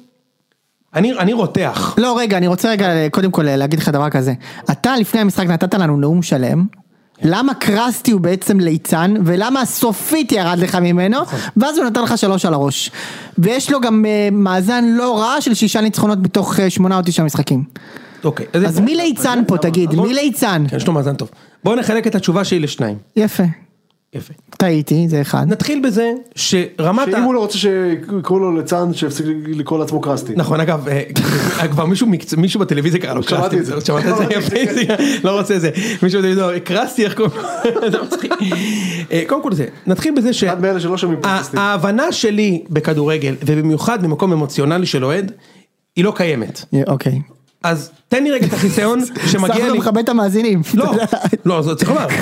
אני רותח. לא, רגע, אני רוצה רגע קודם כל להגיד לך דבר כזה. אתה לפני המשחק נתת לנו נאום שלם, למה קרסטי הוא בעצם ליצן, ולמה הסופית ירד לך ממנו, ואז הוא נתן לך 3 על הראש. ויש לו גם מאזן לא רע של 6 ניצחונות בתוך 8 או 9 משחקים. אוקיי. אז מי ליצן פה, תגיד, מי ליצן? יש לו מאזן טוב. בואו נחלק את התשובה שלי לשניים. יפה. טעיתי, זה אחד. נתחיל בזה שרמת... שאם הוא לא רוצה שיקראו לו ליצן, שיפסיק לקרוא לעצמו קרסטי. נכון, אגב, כבר מישהו בטלוויזיה קרא לו קרסטי. שמעת את זה יפה, לא רוצה זה. מישהו בטלוויזיה, קרסטי, איך קוראים? זה מצחיק. קודם כל זה, נתחיל בזה ש... אחד מאלה שלא שומעים פודקאסטים. ההבנה שלי בכדורגל, ובמיוחד במקום אמוציונלי של אוהד, היא לא קיימת. אוקיי. אז תן לי רגע את החיסיון שמגיע לי. סך הכל מכבד את המאזינים. לא, זה צריך לומר.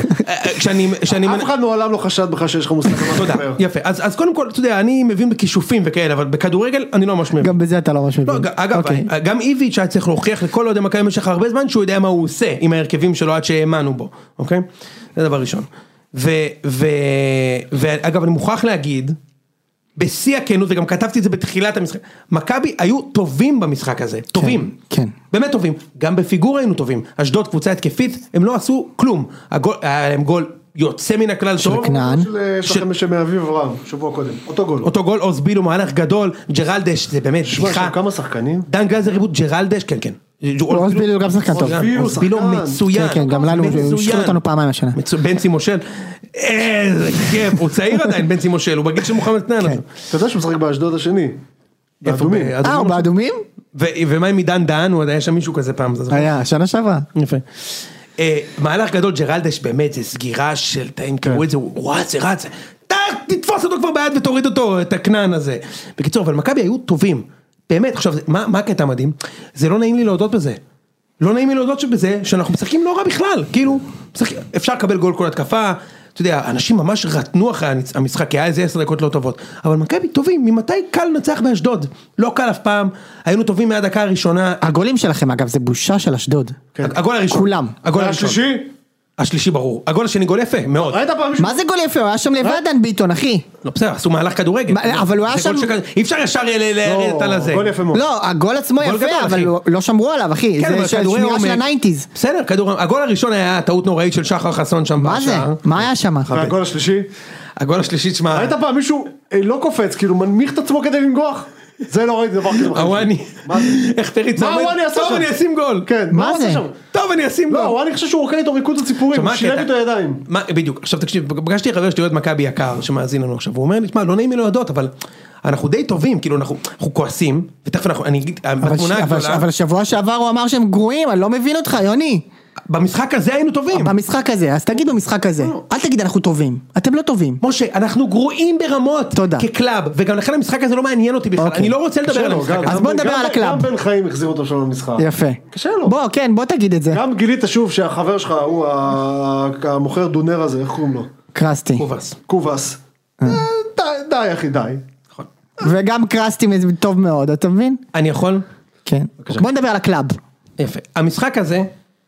אף אחד מעולם לא חשד בך שיש לך מושג. תודה, יפה. אז קודם כל, אתה יודע, אני מבין בכישופים וכאלה, אבל בכדורגל אני לא ממש מבין. גם בזה אתה לא ממש מבין. אגב, גם איביץ' היה צריך להוכיח לכל עוד מכבי במשך הרבה זמן, שהוא יודע מה הוא עושה עם ההרכבים שלו עד שהאמנו בו, אוקיי? זה דבר ראשון. ואגב, אני מוכרח להגיד, בשיא הכנות, וגם כתבתי את זה בתחילת המשחק, מכבי היו טובים במשחק הזה, טובים, כן. באמת טובים, גם בפיגורה היינו טובים, אשדוד קבוצה התקפית, הם לא עשו כלום, היה להם גול יוצא מן הכלל טוב, שלכם שמאביב אברהם, שבוע קודם, אותו גול, אוסבילו מהלך גדול, ג'רלדש, זה באמת בדיחה, כמה שחקנים? דן גלזר ריבוט, ג'רלדש, כן, כן, אוסבילו גם שחקן טוב, אוסבילו מצוין, כן, גם לנו, הוא שחרר אותנו פעמיים השנה, בנצי מושל, איזה כיף, הוא צעיר עדיין, בנצי מושל, הוא בגיל של מוחמד תנן. אתה יודע שהוא משחק באשדוד השני? באדומים. הוא באדומים? ומה עם עידן דן, הוא היה שם מישהו כזה פעם. היה, שנה שעברה. יפה. מהלך גדול, ג'רלדש באמת, זה סגירה של תאים, תראו את זה, הוא רץ, תתפוס אותו כבר ביד ותוריד אותו, את הכנען הזה. בקיצור, אבל מכבי היו טובים. באמת, עכשיו, מה הקטע מדהים? זה לא נעים לי להודות בזה. לא נעים לי להודות שבזה, שאנחנו משחקים לא רע בכלל, כאילו, אפשר לקבל גול כל התקפה, אתה יודע, אנשים ממש רתנו אחרי המשחק, כי היה איזה 10 דקות לא טובות, אבל מכבי טובים, ממתי קל לנצח באשדוד? לא קל אף פעם, היינו טובים מהדקה הראשונה. הגולים שלכם, אגב, זה בושה של אשדוד. הגול הראשון. כולם. הגול השלישי? השלישי ברור. הגול השני גול יפה, מאוד. מה זה גול יפה? הוא היה שם לבד דן ביטון, אחי. לא, בסדר, עשו מהלך כדורגל. אבל הוא היה שם... אי אפשר ישר להראות על הזה. גול יפה מאוד. לא, הגול עצמו יפה, אבל לא שמרו עליו, אחי. זה שמירה של הניינטיז. בסדר, הגול הראשון היה טעות נוראית של שחר חסון שם בשער. מה זה? מה היה שם? והגול השלישי? הגול השלישי, תשמע... ראית פעם מישהו לא קופץ, כאילו מנמיך את עצמו כדי לנגוח? זה לא ראיתי דבר כזה. הוואני. איך פריץ מה הוואני עשה שם? טוב, אני אשים גול. כן, מה זה? טוב, אני אשים גול. לא, הוואני חושב שהוא רוקן איתו ריקוד הציפורים, הוא שילב איתו ידיים. בדיוק, עכשיו תקשיב, פגשתי חבר שלי עוד מכבי יקר, שמאזין לנו עכשיו, הוא אומר לי, תשמע, לא נעים לי להודות, אבל אנחנו די טובים, כאילו אנחנו כועסים, ותכף אני אגיד, אבל שבוע שעבר הוא אמר שהם גרועים, אני לא מבין אותך, יוני. במשחק הזה היינו טובים. במשחק הזה, אז תגיד במשחק הזה. אל תגיד אנחנו טובים. אתם לא טובים. משה, אנחנו גרועים ברמות. תודה. כקלאב, וגם לכן המשחק הזה לא מעניין אותי בכלל. אני לא רוצה לדבר על המשחק הזה. אז בוא נדבר על הקלאב. גם בן חיים החזיר אותו שם למשחק. יפה. קשה לו. בוא תגיד את זה. גם גילית שוב שהחבר שלך הוא המוכר דונר הזה, איך קוראים לו? קרסטי. קובס. די אחי, די. וגם קרסטי טוב מאוד, אתה מבין? אני יכול? כן. בוא נדבר על הקלאב. יפה. המשחק הזה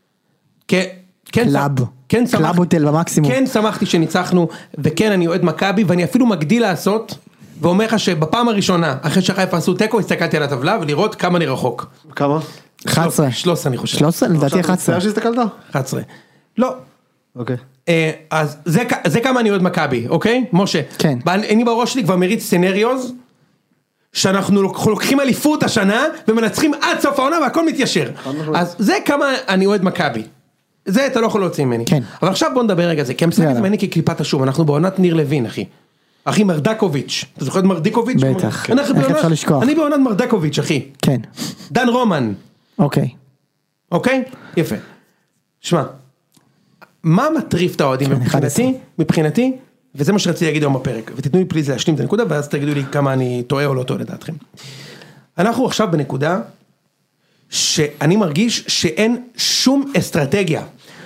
קלאב הוטל במקסימום. כן שמחתי שניצחנו, וכן אני אוהד מכבי, ואני אפילו מגדיל לעשות, ואומר לך שבפעם הראשונה, אחרי שחיפה עשו טקו, הסתכלתי על הטבלה, ולראות כמה אני רחוק. כמה? 11. 13 אני חושב. 13? לדעתי 11. שהסתכלת? 11. לא. אוקיי. אז זה כמה אני אוהד מכבי, אוקיי? משה. כן. אני בראש שלי כבר מריץ סנריוז, שאנחנו לוקחים אליפות השנה, ומנצחים עד סוף העונה, והכל מתיישר. אז זה כמה אני אוהד מכבי. זה אתה לא יכול להוציא ממני. כן. אבל עכשיו בוא נדבר רגע זה, כי המשחק הזה ממני כקליפת השום, אנחנו בעונת ניר לוין, אחי מרדקוביץ', אתה זוכר את מרדיקוביץ'? בטח, איך אפשר לשכוח? אני בעונת מרדקוביץ', אחי. כן. דן רומן. אוקיי. יפה. שמע, מה מטריף את האוהדים מבחינתי, וזה מה שרציתי להגיד היום בפרק, ותתנו לי פליז להשלים את הנקודה, ואז תגידו לי כמה אני טועה או לא טועה לדעתכם. אנחנו עכשיו בנקודה, שאני מרגיש שאין שום אסטרטגיה,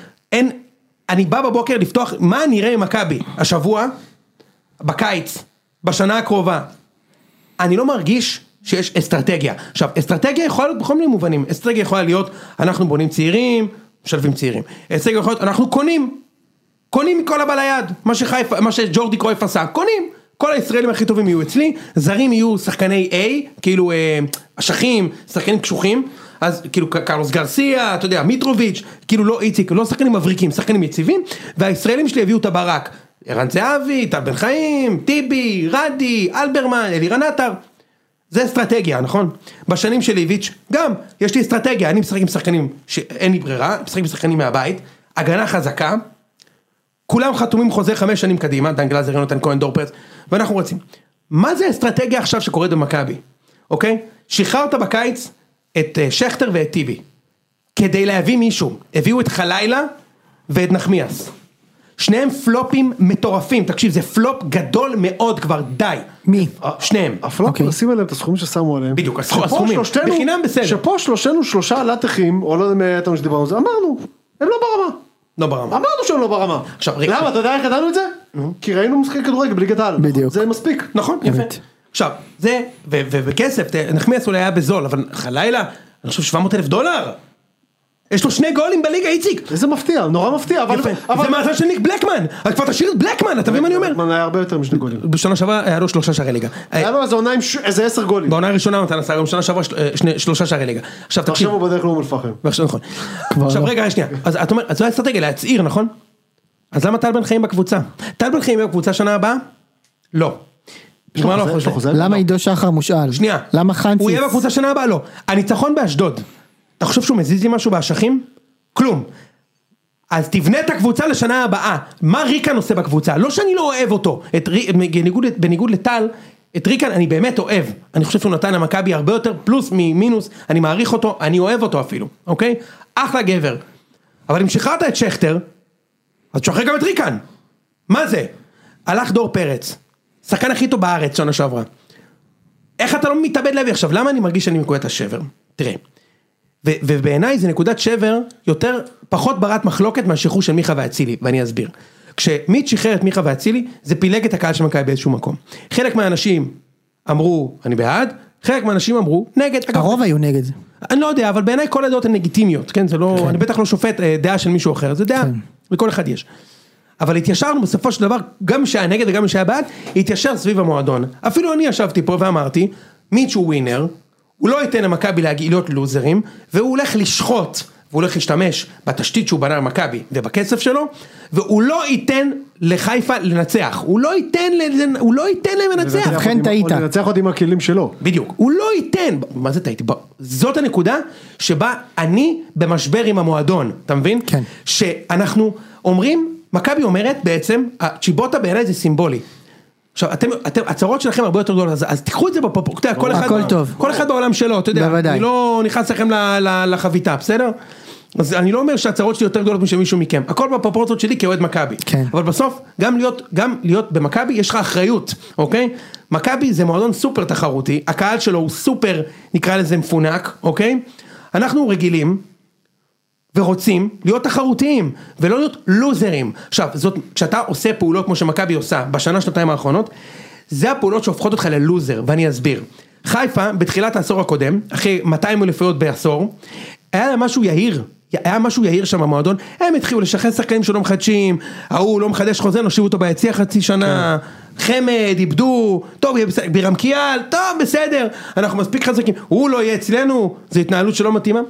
אני בא בבוקר לפתוח, מה נראה עם מכבי, השבוע, בקיץ, בשנה הקרובה, אני לא מרגיש שיש אסטרטגיה. עכשיו, אסטרטגיה יכולה להיות בכל מיני מובנים, אסטרטגיה יכולה להיות, אנחנו בונים צעירים, משלבים צעירים, אסטרטגיה יכולה להיות, אנחנו קונים מכל הבא ליד, מה שג'ורדי קרויף עשה, קונים, כל הישראלים הכי טובים יהיו אצלי, זרים יהיו שחקני A, כאילו אשכים, שחקנים קשוחים, אז כאילו קרלוס גרסיה, אתה יודע, מיטרוביץ', כאילו לא איציק, לא שחקנים מבריקים, שחקנים יציבים, והישראלים שלי הביאו את הברק, ערן זהבי, טל בן חיים, טיבי, רדי, אלברמן, אלירן עטר, זה אסטרטגיה, נכון? בשנים של ליביץ' גם, יש לי אסטרטגיה, אני משחק עם שחקנים שאין לי ברירה, משחק עם שחקנים מהבית, הגנה חזקה, כולם חתומים חוזה 5 שנים קדימה, דן גלזר, יונתן כהן, דור פרץ, ואנחנו רוצים. מה זה האסטרטגיה עכשיו שקורית במכבי? אוקיי? שחררת בקיץ את שכטר ואת טיבי, כדי להביא מישהו, הביאו את חלילה ואת נחמיאס. שניהם פלופים מטורפים, תקשיב, זה פלופ גדול מאוד כבר, די. מי? שניהם. הפלופ, נשים עליהם את הסכומים ששמו עליהם. בדיוק, הסכומים, בחינם בסדר. שפה שלושתנו 3 לטחים, או לא יודע מה אתם שדיברנו על זה, אמרנו, הם לא ברמה. לא ברמה. אמרנו שהם לא ברמה. למה, אתה יודע איך ידענו את זה? כי ראינו משחק כדורגל בליגת העל. בדיוק. זה מספיק. נכון, יפה. עכשיו, זה, ובכסף, נחמיאס אולי היה בזול, אבל חלילה, אני חושב $700,000. יש לו 2 גולים בליגה, איציק. איזה מפתיע, נורא מפתיע. זה מעשה של ניק בלקמן. אז כבר תשאיר את בלקמן, אתה מבין מה אני אומר? בלקמן היה הרבה יותר מ2 גולים. בשנה שעברה היה לו 3 שערי ליגה. היה לו איזה עונה עם איזה 10 גולים. בעונה הראשונה נתן עשה, גם בשנה שעברה 3 שערי ליגה. עכשיו תקשיב. עכשיו הוא בדרך לאום אל-פחם. נכון. עכשיו רגע, שנייה. אז אתה אומר, זו האסטרטגיה, להצעיר, נכון? אז למה טל בן חיים בקבוצה? טל בן חיים בקבוצה שנה הבאה? לא. למה עידו שחר מושאל? שנייה. למה חנציס? הוא יהיה בקבוצה שנה הבאה? לא. הניצחון באשדוד. אתה חושב שהוא מזיז לי משהו באשכים? כלום. אז תבנה את הקבוצה לשנה הבאה. מה ריקן עושה בקבוצה? לא שאני לא אוהב אותו. בניגוד לטל, את ריקן אני באמת אוהב. אני חושב שהוא נתן למכבי הרבה יותר, פלוס ממינוס. אני מעריך אותו, אני אוהב אותו אפילו. אוקיי? אחלה גבר. אבל אם שחררת את שכטר, אז תשחרר גם את ריקן. מה זה? הלך דור פרץ. שחקן הכי טוב בארץ שנה שעברה. איך אתה לא מתאבד להביא? עכשיו, למה אני מרגיש שאני נקודת השבר? תראה. ובעיניי זה נקודת שבר יותר, פחות ברת מחלוקת מהשחרור של מיכה ואצילי, ואני אסביר. כשמי שחרר את מיכה ואצילי, זה פילג את הקהל של מכבי באיזשהו מקום. חלק מהאנשים אמרו, אני בעד, חלק מהאנשים אמרו, נגד. הרוב היו נגד זה. אני לא יודע, אבל בעיניי כל הדעות הן לגיטימיות, כן? זה לא, אני בטח לא שופט דעה של מישהו אחר, זה דעה, לכל אחד יש. אבל התיישרנו בסופו של דבר, גם שהיה נגד וגם שהיה בעד, התיישר סביב המועדון. אפילו אני ישבתי פה ואמרתי, מישהו ווינר, הוא לא ייתן למכבי להיות לוזרים, והוא הולך לשחוט, והוא הולך להשתמש בתשתית שהוא בנה למכבי, ובכסף שלו, והוא לא ייתן לחיפה לנצח, הוא לא ייתן להם לנצח. לכן טעית. הוא לנצח עוד עם הכלים שלו. בדיוק, הוא לא ייתן, מה זה טעיתי? זאת הנקודה שבה אני במשבר עם המועדון, אתה מבין? כן. שאנחנו אומרים, מכבי אומרת בעצם, הצ'יבוטה בעיניי זה סימבולי. עכשיו, הצהרות שלכם הרבה יותר גדולות, אז תיקחו את זה בפרופורציה, כל אחד בעולם שלו, אתה יודע, אני לא נכנס לכם לחביתה, בסדר? אז אני לא אומר שהצהרות שלי יותר גדולות משל מישהו מכם, הכל בפרופורציות שלי כאוהד מכבי, אבל בסוף, גם להיות במכבי, יש לך אחריות, אוקיי? מכבי זה מועדון סופר תחרותי, הקהל שלו הוא סופר, נקרא לזה מפונק, אוקיי? אנחנו רגילים, ורוצים להיות תחרותיים, ולא להיות לוזרים. עכשיו, כשאתה עושה פעולות כמו שמכבי עושה, בשנה שנתיים האחרונות, זה הפעולות שהופכות אותך ללוזר, ואני אסביר. חיפה, בתחילת העשור הקודם, אחרי 200 אליפויות בעשור, היה משהו יהיר שם במועדון, הם התחילו לשחרר שחקנים שלא מחדשים, ההוא לא מחדש חוזה, נושיב אותו ביציע חצי שנה, חמד, איבדו, טוב, ברמקיאל, טוב, בסדר, אנחנו מספיק חזקים, הוא לא יהיה אצלנו, זו התנהלות שלא מתאימה.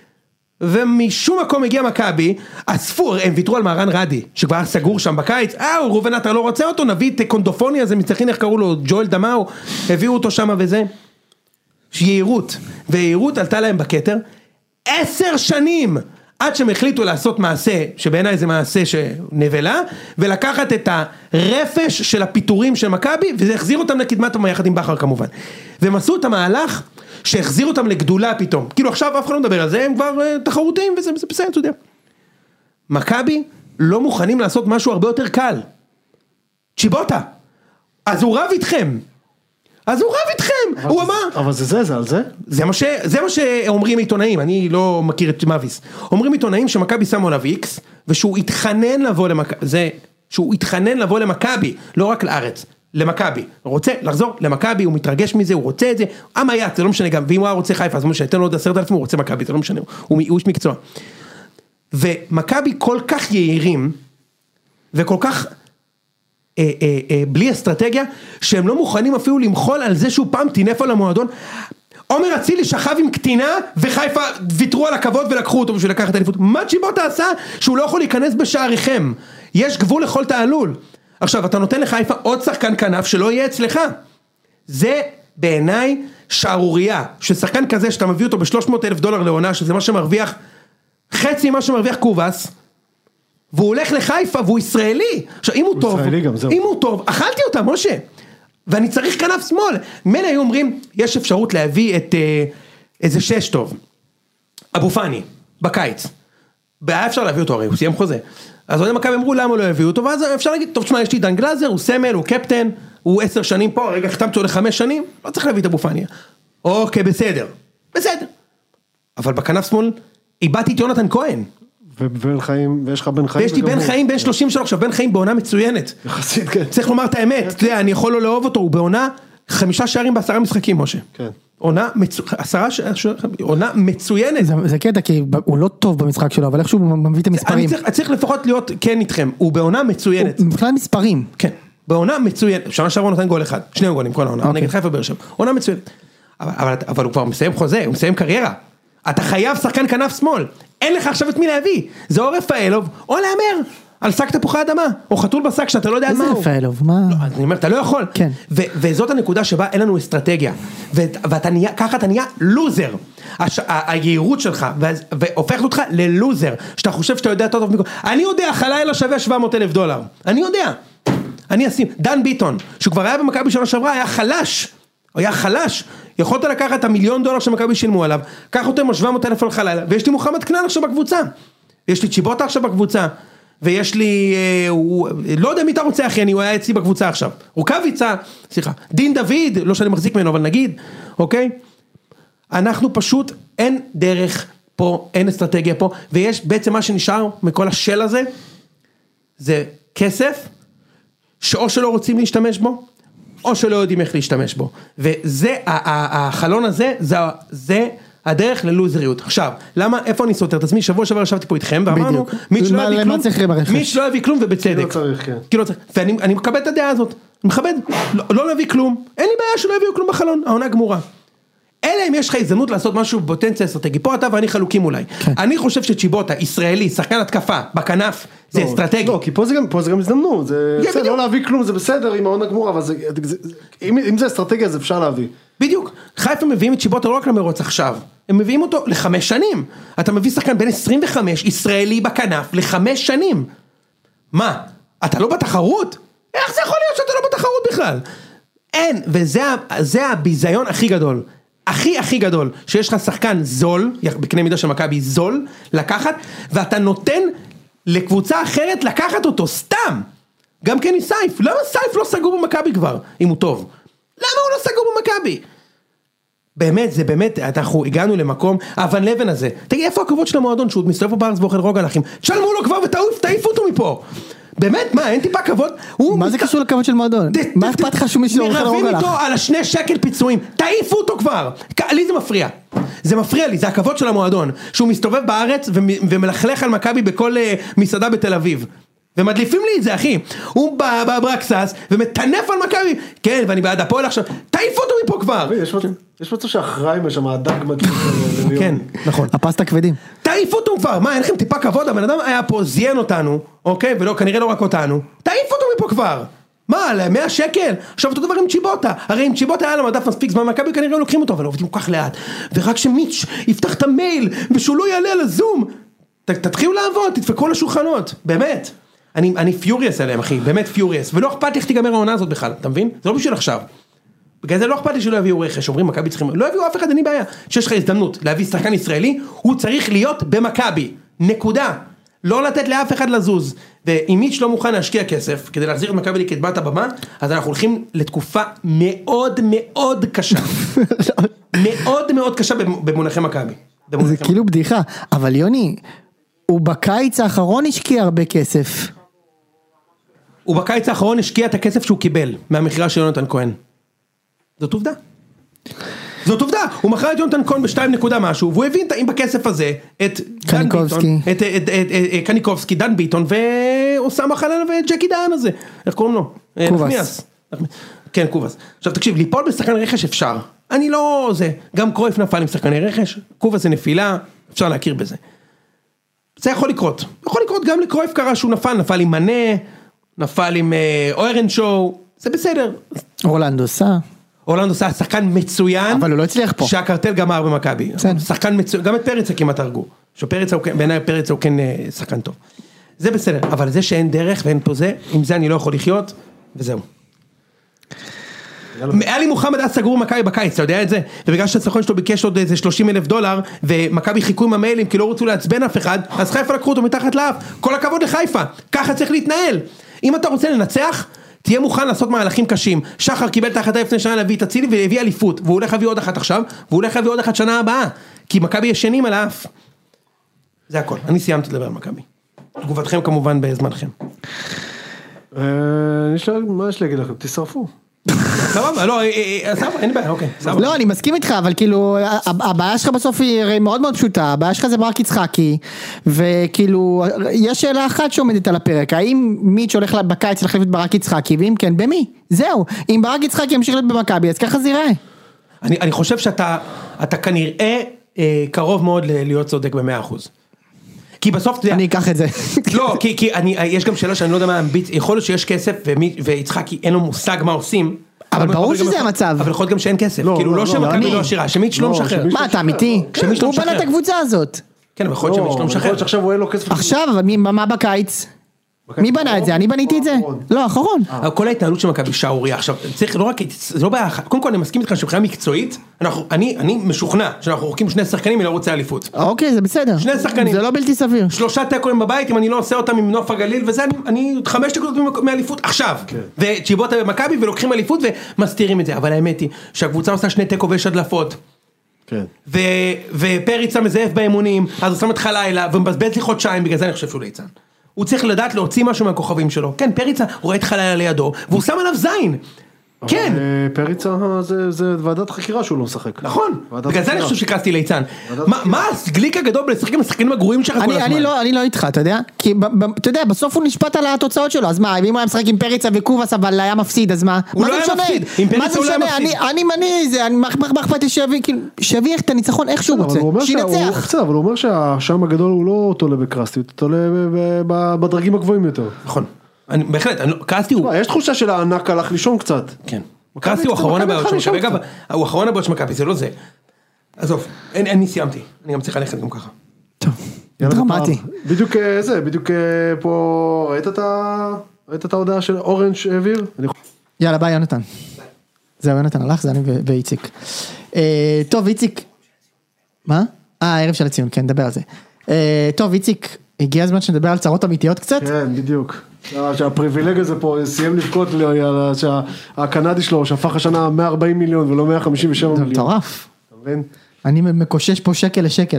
ומשום מקום הגיע מכבי, אספו, הם ויתרו על מהרן רדי, שכבר היה סגור שם בקיץ, רובן עטר לא רוצה אותו, נביא את קונדופוני הזה, מצליחים איך קראו לו, ג'ואל דמאו, הביאו אותו שם וזה, שיעירות, ויעירות עלתה להם בכתר, 10 שנים, עד שהם החליטו לעשות מעשה, שבעיניי זה מעשה שנבלה, ולקחת את הרפש של הפיתורים של מכבי, וזה החזיר אותם לקדמת יחד עם בכר כמובן, והם עשו את המהלך, שהחזיר אותם לגדולה פתאום, כאילו עכשיו אף אחד לא מדבר על זה, הם כבר תחרותיים וזה בסדר, אתה יודע. מכבי לא מוכנים לעשות משהו הרבה יותר קל. צ'יבוטה. אז הוא רב איתכם. הוא אמר. אבל זה על זה? זה מה שאומרים עיתונאים, אני לא מכיר את מביס. אומרים עיתונאים שמכבי שמו עליו איקס, ושהוא התחנן לבוא למכבי, לא רק לארץ, למכבי. הוא רוצה לחזור למכבי, הוא מתרגש מזה, הוא רוצה את זה, המייט, זה לא משנה גם, ואם הוא רוצה חיפה, אז משנה, תן לו עוד 10,000, הוא רוצה מכבי, זה לא משנה, הוא איש מקצוע. ומכבי כל כך יעירים, וכל כך בלי אסטרטגיה, שהם לא מוכנים אפילו למחול על זה שהוא פעם תינף על המועדון. עומר אצילי שכב עם קטינה, וחיפה ויתרו על הכבוד ולקחו אותו בשביל לקחת אליפות. מה צ'יבוטה עשה? שהוא לא יכול להיכנס בשעריכם. יש גבול לכל תעלול. עכשיו, אתה נותן לחיפה עוד שחקן כנף שלא יהיה אצלך. זה בעיניי שערוריה, ששחקן כזה שאתה מביא אותו $300,000 לעונה, שזה מה שמרוויח, חצי מה שמרוויח קובס, והוא הולך לחיפה, והוא ישראלי. עכשיו, אם הוא טוב, אכלתי אותה, משה. ואני צריך כנף שמאל. מילא היו אומרים, יש אפשרות להביא את איזה 6 טוב. אבו פאני, בקיץ. היה אפשר להביא אותו הרי, הוא סיים חוזה. אז עוד מכבי אמרו, למה לא הביאו אותו? ואז אפשר להגיד, טוב, תשמע, יש לי דן גלאזר, הוא סמל, הוא קפטן, הוא 10 שנים פה, רגע, חתמתי לו ל5 שנים, לא צריך להביא את אבו פאני. אוקיי, בסדר. אבל בכנף שמאל, איבדתי את יונתן כהן. ויש לך בן חיים. ויש לי בן חיים, בן 33, עכשיו בן חיים בעונה מצוינת. יחסית, כן. צריך לומר את האמת, אתה יודע, אני יכול לא לאהוב אותו, הוא בעונה 5 שערים ב10 משחקים, משה. כן. עונה מצוינת. זה קטע, כי הוא לא טוב במשחק שלו, אבל איכשהו הוא מביא את המספרים. אני צריך לפחות להיות כן איתכם, הוא בעונה מצוינת. הוא בכלל מספרים. כן, בעונה מצוינת. שנה שעברה נותן גול אחד, 2 גולים כל העונה, נגד חיפה באר שבע. עונה מצוינת. אבל הוא כבר מסיים חוזה, הוא מסיים קריירה. אתה חייב שחקן כנף שמאל. אין לך עכשיו את מי להביא. זה או רפאלוב, או לאמר. על שק תפוחי אדמה, או חתול בשק שאתה לא יודע מה הוא. איזה רפאלוב, מה? אני אומר, אתה לא יכול. כן. וזאת הנקודה שבה אין לנו אסטרטגיה. וככה אתה נהיה לוזר. היעירות שלך, והופכת אותך ללוזר. שאתה חושב שאתה יודע טוב מכל. אני יודע, חלילה שווה $700,000. אני יודע. אני אשים. דן ביטון, שהוא כבר היה במכבי שנה שעברה, היה חלש. הוא היה חלש. יכולת לקחת $1,000,000 שמכבי שילמו עליו. קח אותו עם $700,000 על חלילה. ויש לי מוחמד כנען עכשיו בקבוצה. יש לי צ'יבוטה עכשיו בקבוצה. ויש לי, לא יודע מי אתה רוצה אחי, הוא היה אצלי בקבוצה עכשיו. רוקביצה, סליחה, דין דוד, לא שאני מחזיק ממנו, אבל נגיד, אוקיי? אנחנו פשוט, אין דרך פה, אין אסטרטגיה פה, ויש בעצם מה שנשאר מכל השל הזה, זה כסף, שאו שלא רוצים להשתמש בו, או שלא יודעים איך להשתמש בו. וזה, החלון הזה, זה הדרך ללוזריות. עכשיו, למה, איפה אני סותר את עצמי? שבוע שעבר ישבתי פה איתכם, ואמרנו, מיץ' לא הביא כלום ובצדק. לא צריך, כן. כי לא צריך. ואני מכבד את הדעה הזאת. אני מכבד, לא להביא כלום. אין לי בעיה שלא הביאו כלום בחלון, העונה גמורה. אלא אם יש לך הזדמנות לעשות משהו בפוטנציה אסטרטגי. פה אתה ואני חלוקים אולי. אני חושב שצ'יבוטה, ישראלי, שחקן התקפה, בכנף, זה אסטרטגי. לא, כי פה זה גם הזדמנות. לא להביא כלום, זה בסדר עם העונה גמורה, אבל אם זה אסטרטגיה, אז אפשר להביא. בדיוק. חיפה מביאים את צ'יבוטה לא רק למרוץ עכשיו, הם מביאים אותו ל5 שנים. אתה מביא שחקן בין 25, ישראלי בכנף, ל5 שנים. מה? אתה לא בתחרות? איך זה יכול להיות שאתה לא בתחרות בכלל? אין, וזה הביזיון הכי גדול. הכי גדול, שיש לך שחקן זול, בקנה מידה של מכבי זול, לקחת, ואתה נותן לקבוצה אחרת לקחת אותו, סתם. גם כן סייף. למה סייף לא סגור במכבי כבר, אם הוא טוב? למה הוא לא סגור במכבי? באמת, זה באמת, אנחנו הגענו למקום, אבן לבן הזה. תגיד, איפה הכבוד של המועדון, שהוא מסתובב פה בארץ ואוכל רוג הלכים? תשלמו לו כבר ותעיפו אותו מפה. באמת, מה, אין טיפה כבוד? מה זה קשור לכבוד של מועדון? מה אכפת לך שמישהו אוכל רוג הלך? מרבים איתו על 2 שקל פיצויים, תעיפו אותו כבר. לי זה מפריע. זה מפריע לי, זה הכבוד של המועדון. שהוא מסתובב בארץ ומלכלך על מכבי בכל מסעדה בתל אביב. ומדליפים לי את זה, אחי. הוא בברקסס ומטנף על מכבי. כן, ואני בעד הפועל עכשיו. תעיפו אותו מפה כבר. יש מצב שאחראים יש שם הדג מגיע. כן, נכון. הפסטה כבדים. תעיפו אותו כבר. מה, אין לכם טיפה כבוד? הבן אדם היה פה, זיין אותנו, אוקיי? ולא, כנראה לא רק אותנו. תעיפו אותו מפה כבר. מה, ל100 שקל? עכשיו אותו דבר עם צ'יבוטה. הרי עם צ'יבוטה היה לו מדף מספיק זמן, מכבי כנראה לוקחים אותו, אבל עובדים כל כך לאט. ורק שמיץ' יפתח את המייל, ושהוא לא יעלה על הזום. תתחילו לעבוד, תדפקו לשולחנות. באמת. אני פיוריאס עליהם, אחי, באמת פיוריאס, ולא אכפת לי איך תיגמר העונה הזאת בכלל, אתה מבין? זה לא בשביל עכשיו. בגלל זה לא אכפת לי שלא יביאו רכש, אומרים מכבי צריכים, לא יביאו אף אחד, אין לי בעיה. שיש לך הזדמנות להביא שחקן ישראלי, הוא צריך להיות במכבי, נקודה. לא לתת לאף אחד לזוז, ואם מיץ' לא מוכן להשקיע כסף, כדי להחזיר את מכבי לקדמת הבמה, אז אנחנו הולכים לתקופה מאוד מאוד קשה. מאוד מאוד קשה במונחי מכבי. זה כאילו בדיחה, אבל יוני, הוא בקיץ האחרון השקיע הרבה כסף. הוא בקיץ האחרון השקיע את הכסף שהוא קיבל, מהמכירה של יונתן כהן. זאת עובדה. זאת עובדה, הוא מכר את יונתן כהן ב2 נקודה משהו, והוא הבין אם בכסף הזה את קניקובסקי, קניקובסקי, דן ביטון, ואוסמה חלל וג'קי דהן הזה, איך קוראים לו? קובס. כן, קובס. עכשיו תקשיב, ליפול בשחקן רכש אפשר, אני לא זה, גם קרויף נפל עם שחקני רכש, קובס זה נפילה, אפשר להכיר בזה. זה יכול לקרות, יכול לקרות גם לקרויף קרה שהוא נפל עם מנה, נפל עם אורנשו, זה בסדר. אורלנדו סא. אורלנדו סא שחקן מצוין, אבל הוא לא הצליח פה. שהקרטל גמר במכבי. שחקן מצוין, גם את פריצה כמעט הרגו. בעיניי פריצה הוא כן שחקן טוב. זה בסדר, אבל זה שאין דרך ואין פה זה, עם זה אני לא יכול לחיות, וזהו. אלי מוחמד היה סגור במכבי בקיץ, אתה יודע את זה? ובגלל שהצלחון שלו ביקש עוד איזה $30,000, ומכבי חיכו עם המיילים כי לא רצו לעצבן אף אחד, אז חיפה לקחו אותו מתחת לאף. כל הכבוד לחיפה, ככה צריך להתנהל. אם אתה רוצה לנצח, תהיה מוכן לעשות מהלכים קשים. שחר קיבל את ההחלטה לפני שנה להביא את הצילי והביא אליפות, והוא הולך להביא עוד אחת עכשיו, והוא הולך להביא עוד אחת שנה הבאה, כי מכבי ישנים על האף. זה הכל, אני סיימתי לדבר על מכבי. תגובתכם כמובן בזמנכם. מה יש לי להגיד לכם? תשרפו. סבבה, לא, סבבה, אין בעיה, אוקיי. לא, אני מסכים איתך, אבל כאילו, הבעיה שלך בסוף היא מאוד מאוד פשוטה, הבעיה שלך זה ברק יצחקי, וכאילו, יש שאלה אחת שעומדת על הפרק, האם מיץ' הולך בקיץ להחליף את ברק יצחקי, ואם כן, במי? זהו, אם ברק יצחקי ימשיך להיות במכבי, אז ככה זה ייראה. אני חושב שאתה כנראה קרוב מאוד להיות צודק ב100%. כי בסוף אני אקח את זה. לא, כי יש גם שאלה שאני לא יודע מה אמביץ, יכול להיות שיש כסף ויצחקי אין לו מושג מה עושים, אבל ברור שזה המצב. אבל יכול להיות גם שאין כסף, כאילו לא שמכבי לא עשירה, שמיץ' לא משחרר. מה, אתה אמיתי? הוא בנה את הקבוצה הזאת. כן, אבל יכול להיות שמיץ' לא משחרר. עכשיו הוא אין לו כסף. עכשיו, אבל מה בקיץ? מי בנה את זה? אני בניתי את זה? לא, אחרון. כל ההתנהלות של מכבי שערוריה, עכשיו, צריך לא רק, זה לא בעיה אחת, קודם כל אני מסכים איתך שבחירה מקצועית, אני משוכנע שאנחנו רוחקים 2 שחקנים מלא רוצה אליפות. אוקיי, זה בסדר. 2 שחקנים. זה לא בלתי סביר. 3 תיקואים בבית, אם אני לא עושה אותם עם נוף הגליל, וזה, אני 5 נקודות מאליפות עכשיו. וצ'יבוטה במכבי ולוקחים אליפות ומסתירים את זה, אבל האמת היא שהקבוצה עושה 2 תיקו ויש הדלפות. כן. ופריצה מזייף באימונים, אז הוא שם את חלילה ומבזבז לי חודשיים, בגלל זה אני חושב שהוא ליצן. הוא צריך לדעת להוציא משהו מהכוכבים שלו. כן, פריצה, הוא רואה את חלילה לידו, והוא שם עליו זין. כן. פריצה זה ועדת חקירה שהוא לא משחק. נכון. בגלל זה אני חושב שקרסתי ליצן. מה הסגליק הגדול בלשחק עם השחקנים הגרועים שלך כל הזמן? אני לא איתך, אתה יודע? כי אתה יודע, בסוף הוא נשפט על התוצאות שלו, אז מה, אם הוא היה משחק עם פריצה וקובס, אבל היה מפסיד, אז מה? הוא לא היה מפסיד. עם פריצה הוא לא היה מפסיד. מה אכפת לי שיביא את הניצחון איך שהוא רוצה. שינצח. אבל הוא אומר שהשם הגדול הוא לא תולה בקרסטיות, הוא תולה בדרגים הגבוהים יותר. נכון. בהחלט, קרסטי הוא... יש תחושה של הענק הלך לישון קצת. כן. קרסטי הוא אחרון הבעיות של מכבי, אגב, הוא אחרון הבעיות של מכבי, זה לא זה. עזוב, אני סיימתי, אני גם צריך ללכת גם ככה. טוב, דרמטי. בדיוק פה, ראית את ההודעה של אורנג' העביר? יאללה, ביי יונתן. זהו, יונתן הלך, זה אני ואיציק. טוב, איציק. מה? הערב של הציון, כן, נדבר על זה. טוב, איציק, הגיע הזמן שנדבר על צרות אמיתיות קצת? כן, בדיוק. שהפריבילג הזה פה סיים לבכות שהקנדי שלו שפך השנה 140 מיליון ולא 157 מיליון. זה מטורף. אני מקושש פה שקל לשקל.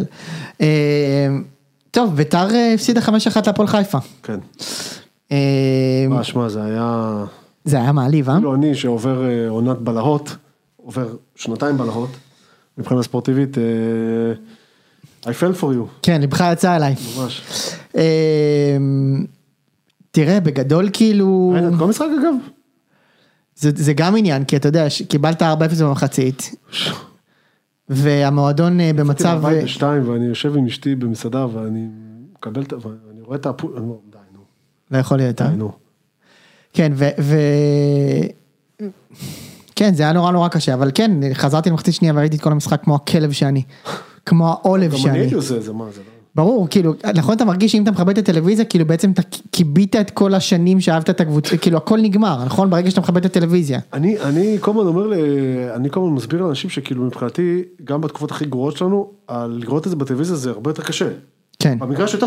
טוב, בית"ר הפסידה 5-1 להפועל חיפה. כן. מה, זה היה... זה היה מעליב, אה? לא, אני שעובר עונת בלהות, עובר 2 בלהות, מבחינה ספורטיבית, I fell for you. כן, לבך יצא אליי. ממש. תראה, בגדול כאילו... ראית את כל משחק אגב? זה גם עניין, כי אתה יודע, קיבלת 4-0 במחצית, והמועדון במצב... יצאתי בבית ב2 ואני יושב עם אשתי במסעדה, ואני מקבל, ואני רואה את הפול, אני אומר, די, נו. לא יכול להיות, די, נו. כן, כן, זה היה נורא קשה, אבל כן, חזרתי למחצית שנייה וראיתי את כל המשחק כמו הכלב שאני, כמו העולב שאני. גם אני הייתי עושה את זה, מה זה לא? ברור, כאילו, נכון אתה מרגיש שאם אתה מכבד את הטלוויזיה, כאילו בעצם אתה קיבית את כל השנים שאהבת את הקבוצה, כאילו הכל נגמר, נכון? ברגע שאתה מכבד את הטלוויזיה. אני כל הזמן מסביר לאנשים שכאילו מבחינתי, גם בתקופות הכי גרועות שלנו, לראות את זה בטלוויזיה זה הרבה יותר קשה. כן. במגרש יותר טוב.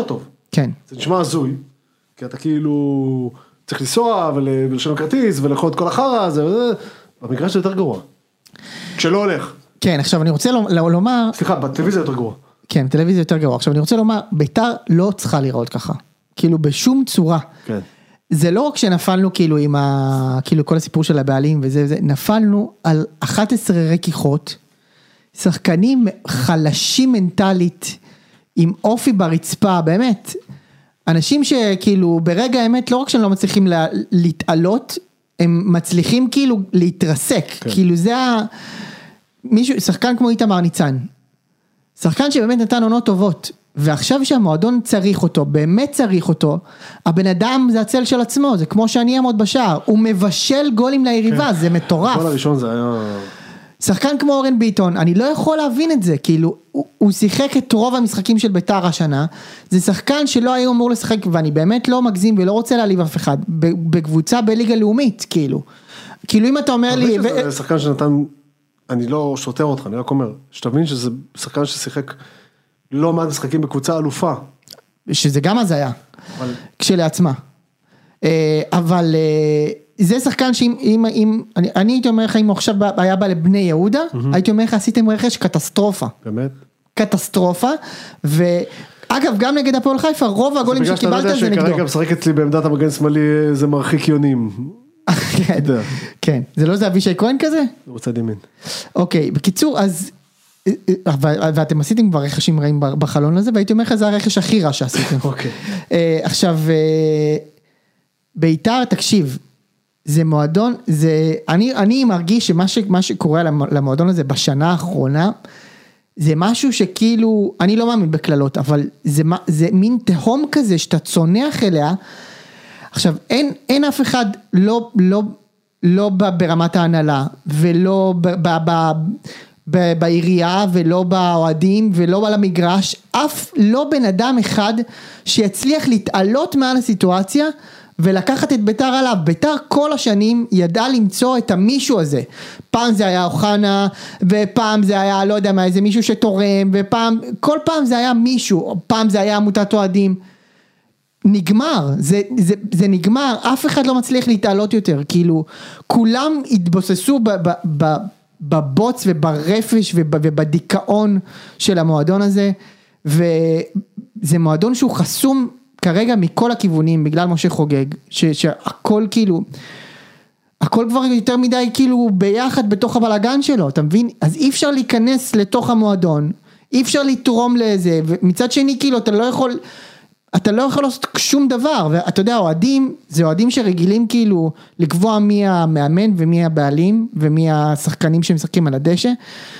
כן. זה נשמע הזוי, כי אתה כאילו צריך לנסוע ולשלם כרטיס ולאכול את כל החרא, במגרש זה יותר גרוע. כשלא הולך. כן, עכשיו אני רוצה לומר... סליחה, בטלוויזיה יותר גרוע. כן, בטלוויזיה יותר גרוע. עכשיו אני רוצה לומר, ביתר לא צריכה לראות ככה. כאילו בשום צורה. כן. זה לא רק שנפלנו כאילו עם כאילו כל הסיפור של הבעלים וזה, נפלנו על 11 רקיחות, שחקנים חלשים מנטלית, עם אופי ברצפה, באמת. אנשים שכאילו ברגע האמת, לא רק שהם לא מצליחים להתעלות, הם מצליחים כאילו להתרסק. כן. כאילו זה מישהו, שחקן כמו איתמר ניצן. שחקן שבאמת נתן עונות טובות. ועכשיו שהמועדון צריך אותו, באמת צריך אותו, הבן אדם זה הצל של עצמו, זה כמו שאני אעמוד בשער, הוא מבשל גולים ליריבה, זה מטורף. הגול הראשון זה היה... שחקן כמו אורן ביטון, אני לא יכול להבין את זה, כאילו, הוא שיחק את רוב המשחקים של ביתר השנה, זה שחקן שלא היה אמור לשחק, ואני באמת לא מגזים ולא רוצה להעליב אף אחד, בקבוצה בליגה לאומית, כאילו אם אתה אומר לי... זה שחקן שנתן, אני לא שוטר אותך, אני רק אומר, שתבין שזה שחקן ששיחק לא מעט משחקים בקבוצה אלופה. שזה גם אז היה, כשלעצמה. אבל זה שחקן שאם, אני הייתי אומר לך, אם הוא עכשיו היה בא לבני יהודה, הייתי אומר לך, עשיתם רכש קטסטרופה. באמת? קטסטרופה, ואגב, גם נגד הפועל חיפה, רוב הגולים שקיבלת זה נגדו. בגלל שאתה יודע שכרגע משחק אצלי בעמדת המגן שמאלי, זה מרחיק יונים. כן, זה לא זה אבישי כהן כזה? הוא רוצה דמין. אוקיי, בקיצור, אז... ואתם עשיתם כבר רכשים רעים בחלון הזה, והייתי אומר לך, זה הרכש הכי רע שעשיתם. אוקיי. עכשיו, ביתר, תקשיב, זה מועדון, אני מרגיש שמה שקורה למועדון הזה בשנה האחרונה, זה משהו שכאילו, אני לא מאמין בכללות, אבל זה מין תהום כזה שאתה צונח אליה. עכשיו, אין אף אחד לא ברמת ההנהלה, ולא בעירייה ולא באוהדים ולא על המגרש, אף לא בן אדם אחד שיצליח להתעלות מעל הסיטואציה ולקחת את ביתר עליו. ביתר כל השנים ידע למצוא את המישהו הזה. פעם זה היה אוחנה, ופעם זה היה לא יודע מה, איזה מישהו שתורם, כל פעם זה היה מישהו, פעם זה היה עמותת אוהדים. נגמר, זה נגמר, אף אחד לא מצליח להתעלות יותר, כאילו כולם התבוססו בבוץ וברפש ובדיכאון של המועדון הזה, וזה מועדון שהוא חסום כרגע מכל הכיוונים, בגלל משה חוגג, שהכל כאילו, הכל כבר יותר מדי כאילו ביחד בתוך הבלגן שלו, אתה מבין? אז אי אפשר להיכנס לתוך המועדון, אי אפשר לתרום לזה, ומצד שני כאילו אתה לא יכול לעשות שום דבר, ואתה יודע, אוהדים, זה אוהדים שרגילים כאילו לקבוע מי המאמן ומי הבעלים ומי השחקנים שמשחקים על הדשא,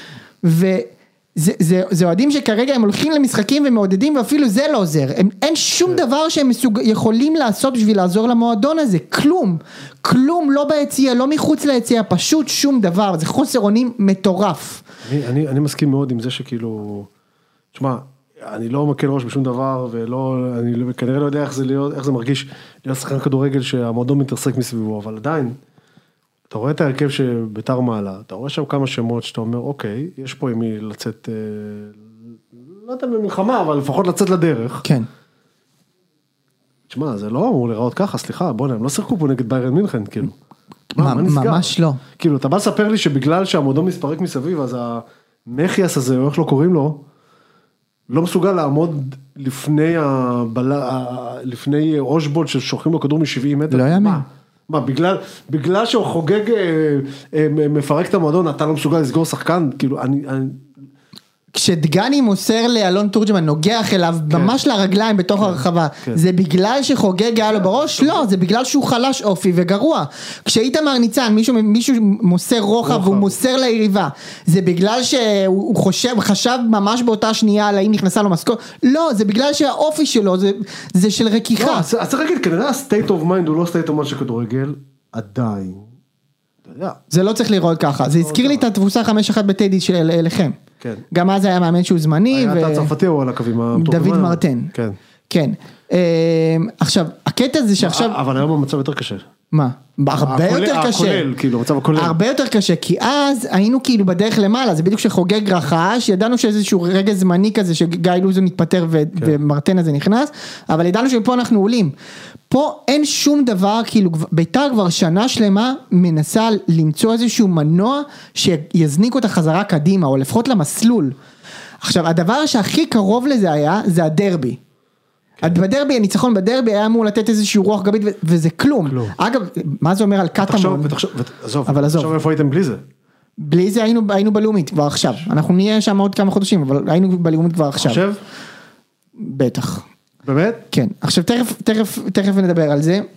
וזה אוהדים שכרגע הם הולכים למשחקים ומעודדים, ואפילו זה לא עוזר, אין שום דבר שהם יכולים לעשות בשביל לעזור למועדון הזה, כלום, לא ביציאה, לא מחוץ ליציאה, פשוט שום דבר, זה חוסר אונים מטורף. אני מסכים מאוד עם זה שכאילו, תשמע, אני לא מקל ראש בשום דבר, ואני כנראה לא יודע איך זה מרגיש להיות שחקן כדורגל שהמועדון מתרסק מסביבו, אבל עדיין, אתה רואה את ההרכב שביתר מעלה, אתה רואה שם כמה שמות שאתה אומר, אוקיי, יש פה עם מי לצאת, לא יודע במלחמה, אבל לפחות לצאת לדרך. כן. תשמע, זה לא אמור להיראות ככה, סליחה, בוא'נה, הם לא שיחקו פה נגד ביירן מינכן, כאילו. מה נסגר? ממש לא. כאילו, אתה בא לספר לי שבגלל שהמועדון מתפרק מסביב, אז המחיאס הזה, או איך לא קוראים לו, לא מסוגל לעמוד לפני אושבולט ששולחים לו כדור מ-70 מטר. לא יאמן. מה, בגלל שהוא חוגג מפרק את המועדון, אתה לא מסוגל לסגור שחקן? כאילו, כשדגני מוסר לאלון תורג'מן, נוגח אליו ממש לרגליים בתוך הרחבה, זה בגלל שחוגג היה לו בראש? לא, זה בגלל שהוא חלש אופי וגרוע. כשאיתמר ניצן, מישהו מוסר רוחב והוא מוסר ליריבה, זה בגלל שהוא חשב ממש באותה שנייה על האם נכנסה לו משכורת? לא, זה בגלל שהאופי שלו זה של רקיחה. לא, אז צריך להגיד, כנראה ה-state of mind הוא לא state of mind של כדורגל, עדיין. זה לא צריך לראות ככה, זה הזכיר לי את התבוסה 5-1 בטדי אליכם. כן. גם אז היה מאמן שהוא זמני. היה את הצרפתי או על הקווים. דוד מרטן. כן. כן. עכשיו, הקטע זה שעכשיו... אבל היום המצב יותר קשה. מה? הרבה יותר קשה. הכולל, כאילו, המצב הכולל. הרבה יותר קשה, כי אז היינו כאילו בדרך למעלה, זה בדיוק שחוגג רכש, ידענו שאיזשהו רגע זמני כזה, שגיא לוזון מתפטר ומרטן הזה נכנס, אבל ידענו שפה אנחנו עולים. פה אין שום דבר, כאילו ביתר כבר שנה שלמה מנסה למצוא איזשהו מנוע שיזניק אותה חזרה קדימה, או לפחות למסלול. עכשיו, הדבר שהכי קרוב לזה היה, זה הדרבי. בדרבי, הניצחון בדרבי היה אמור לתת איזושהי רוח גבית, וזה כלום. אגב, מה זה אומר על קטמון? אבל עזוב, עכשיו איפה הייתם בלי זה? בלי זה היינו בלאומית כבר עכשיו. אנחנו נהיה שם עוד כמה חודשים, אבל היינו בלאומית כבר עכשיו. עכשיו? בטח. באמת? כן. עכשיו, תכף נדבר על זה.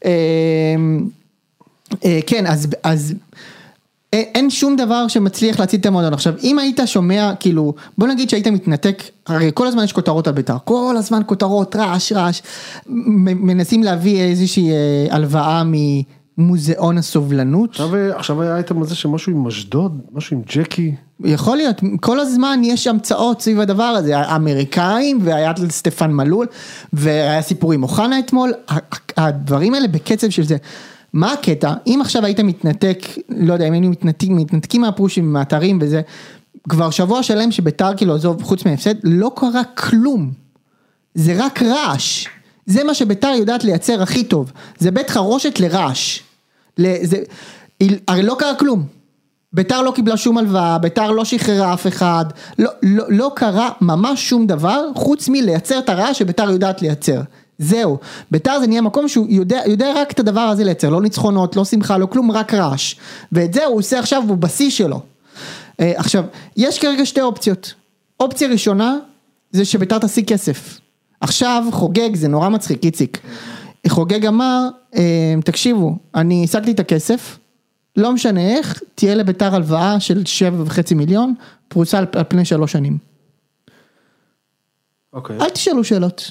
כן, אז... אין שום דבר שמצליח להציל את המועדון. עכשיו, אם היית שומע, כאילו, בוא נגיד שהיית מתנתק, הרי כל הזמן יש כותרות על ביתר, כל הזמן כותרות, רעש, מנסים להביא איזושהי הלוואה ממוזיאון הסובלנות. עכשיו הייתם על זה שמשהו עם אשדוד, משהו עם ג'קי. יכול להיות, כל הזמן יש המצאות סביב הדבר הזה, האמריקאים, והיה סטפן מלול, והיה סיפור עם אוחנה אתמול, הדברים האלה בקצב של זה, מה הקטע? אם עכשיו היית מתנתק, לא יודע, אם היינו מתנתקים מהפרושים, מהאתרים וזה, כבר שבוע שלם שביתר כאילו עזוב חוץ מהפסד, לא קרה כלום. זה רק רעש. זה מה שביתר יודעת לייצר הכי טוב. זה בית חרושת לרעש. הרי לא קרה כלום. ביתר לא קיבלה שום הלוואה, ביתר לא שחררה אף אחד, לא קרה ממש שום דבר, חוץ מלייצר את הרעש שביתר יודעת לייצר. זהו, ביתר זה נהיה מקום שהוא יודע רק את הדבר הזה לייצר, לא ניצחונות, לא שמחה, לא כלום, רק רעש. ואת זה הוא עושה עכשיו, הוא בשיא שלו. עכשיו, יש כרגע שתי אופציות. אופציה ראשונה, זה שביתר תשיג כסף. עכשיו, חוגג, זה נורא מצחיק, איציק. חוגג אמר, תקשיבו, אני השגתי את הכסף, לא משנה איך, תהיה לביתר הלוואה של 7.5 מיליון, פרוסה על פני 3 שנים. אוקיי. אל תשאלו שאלות.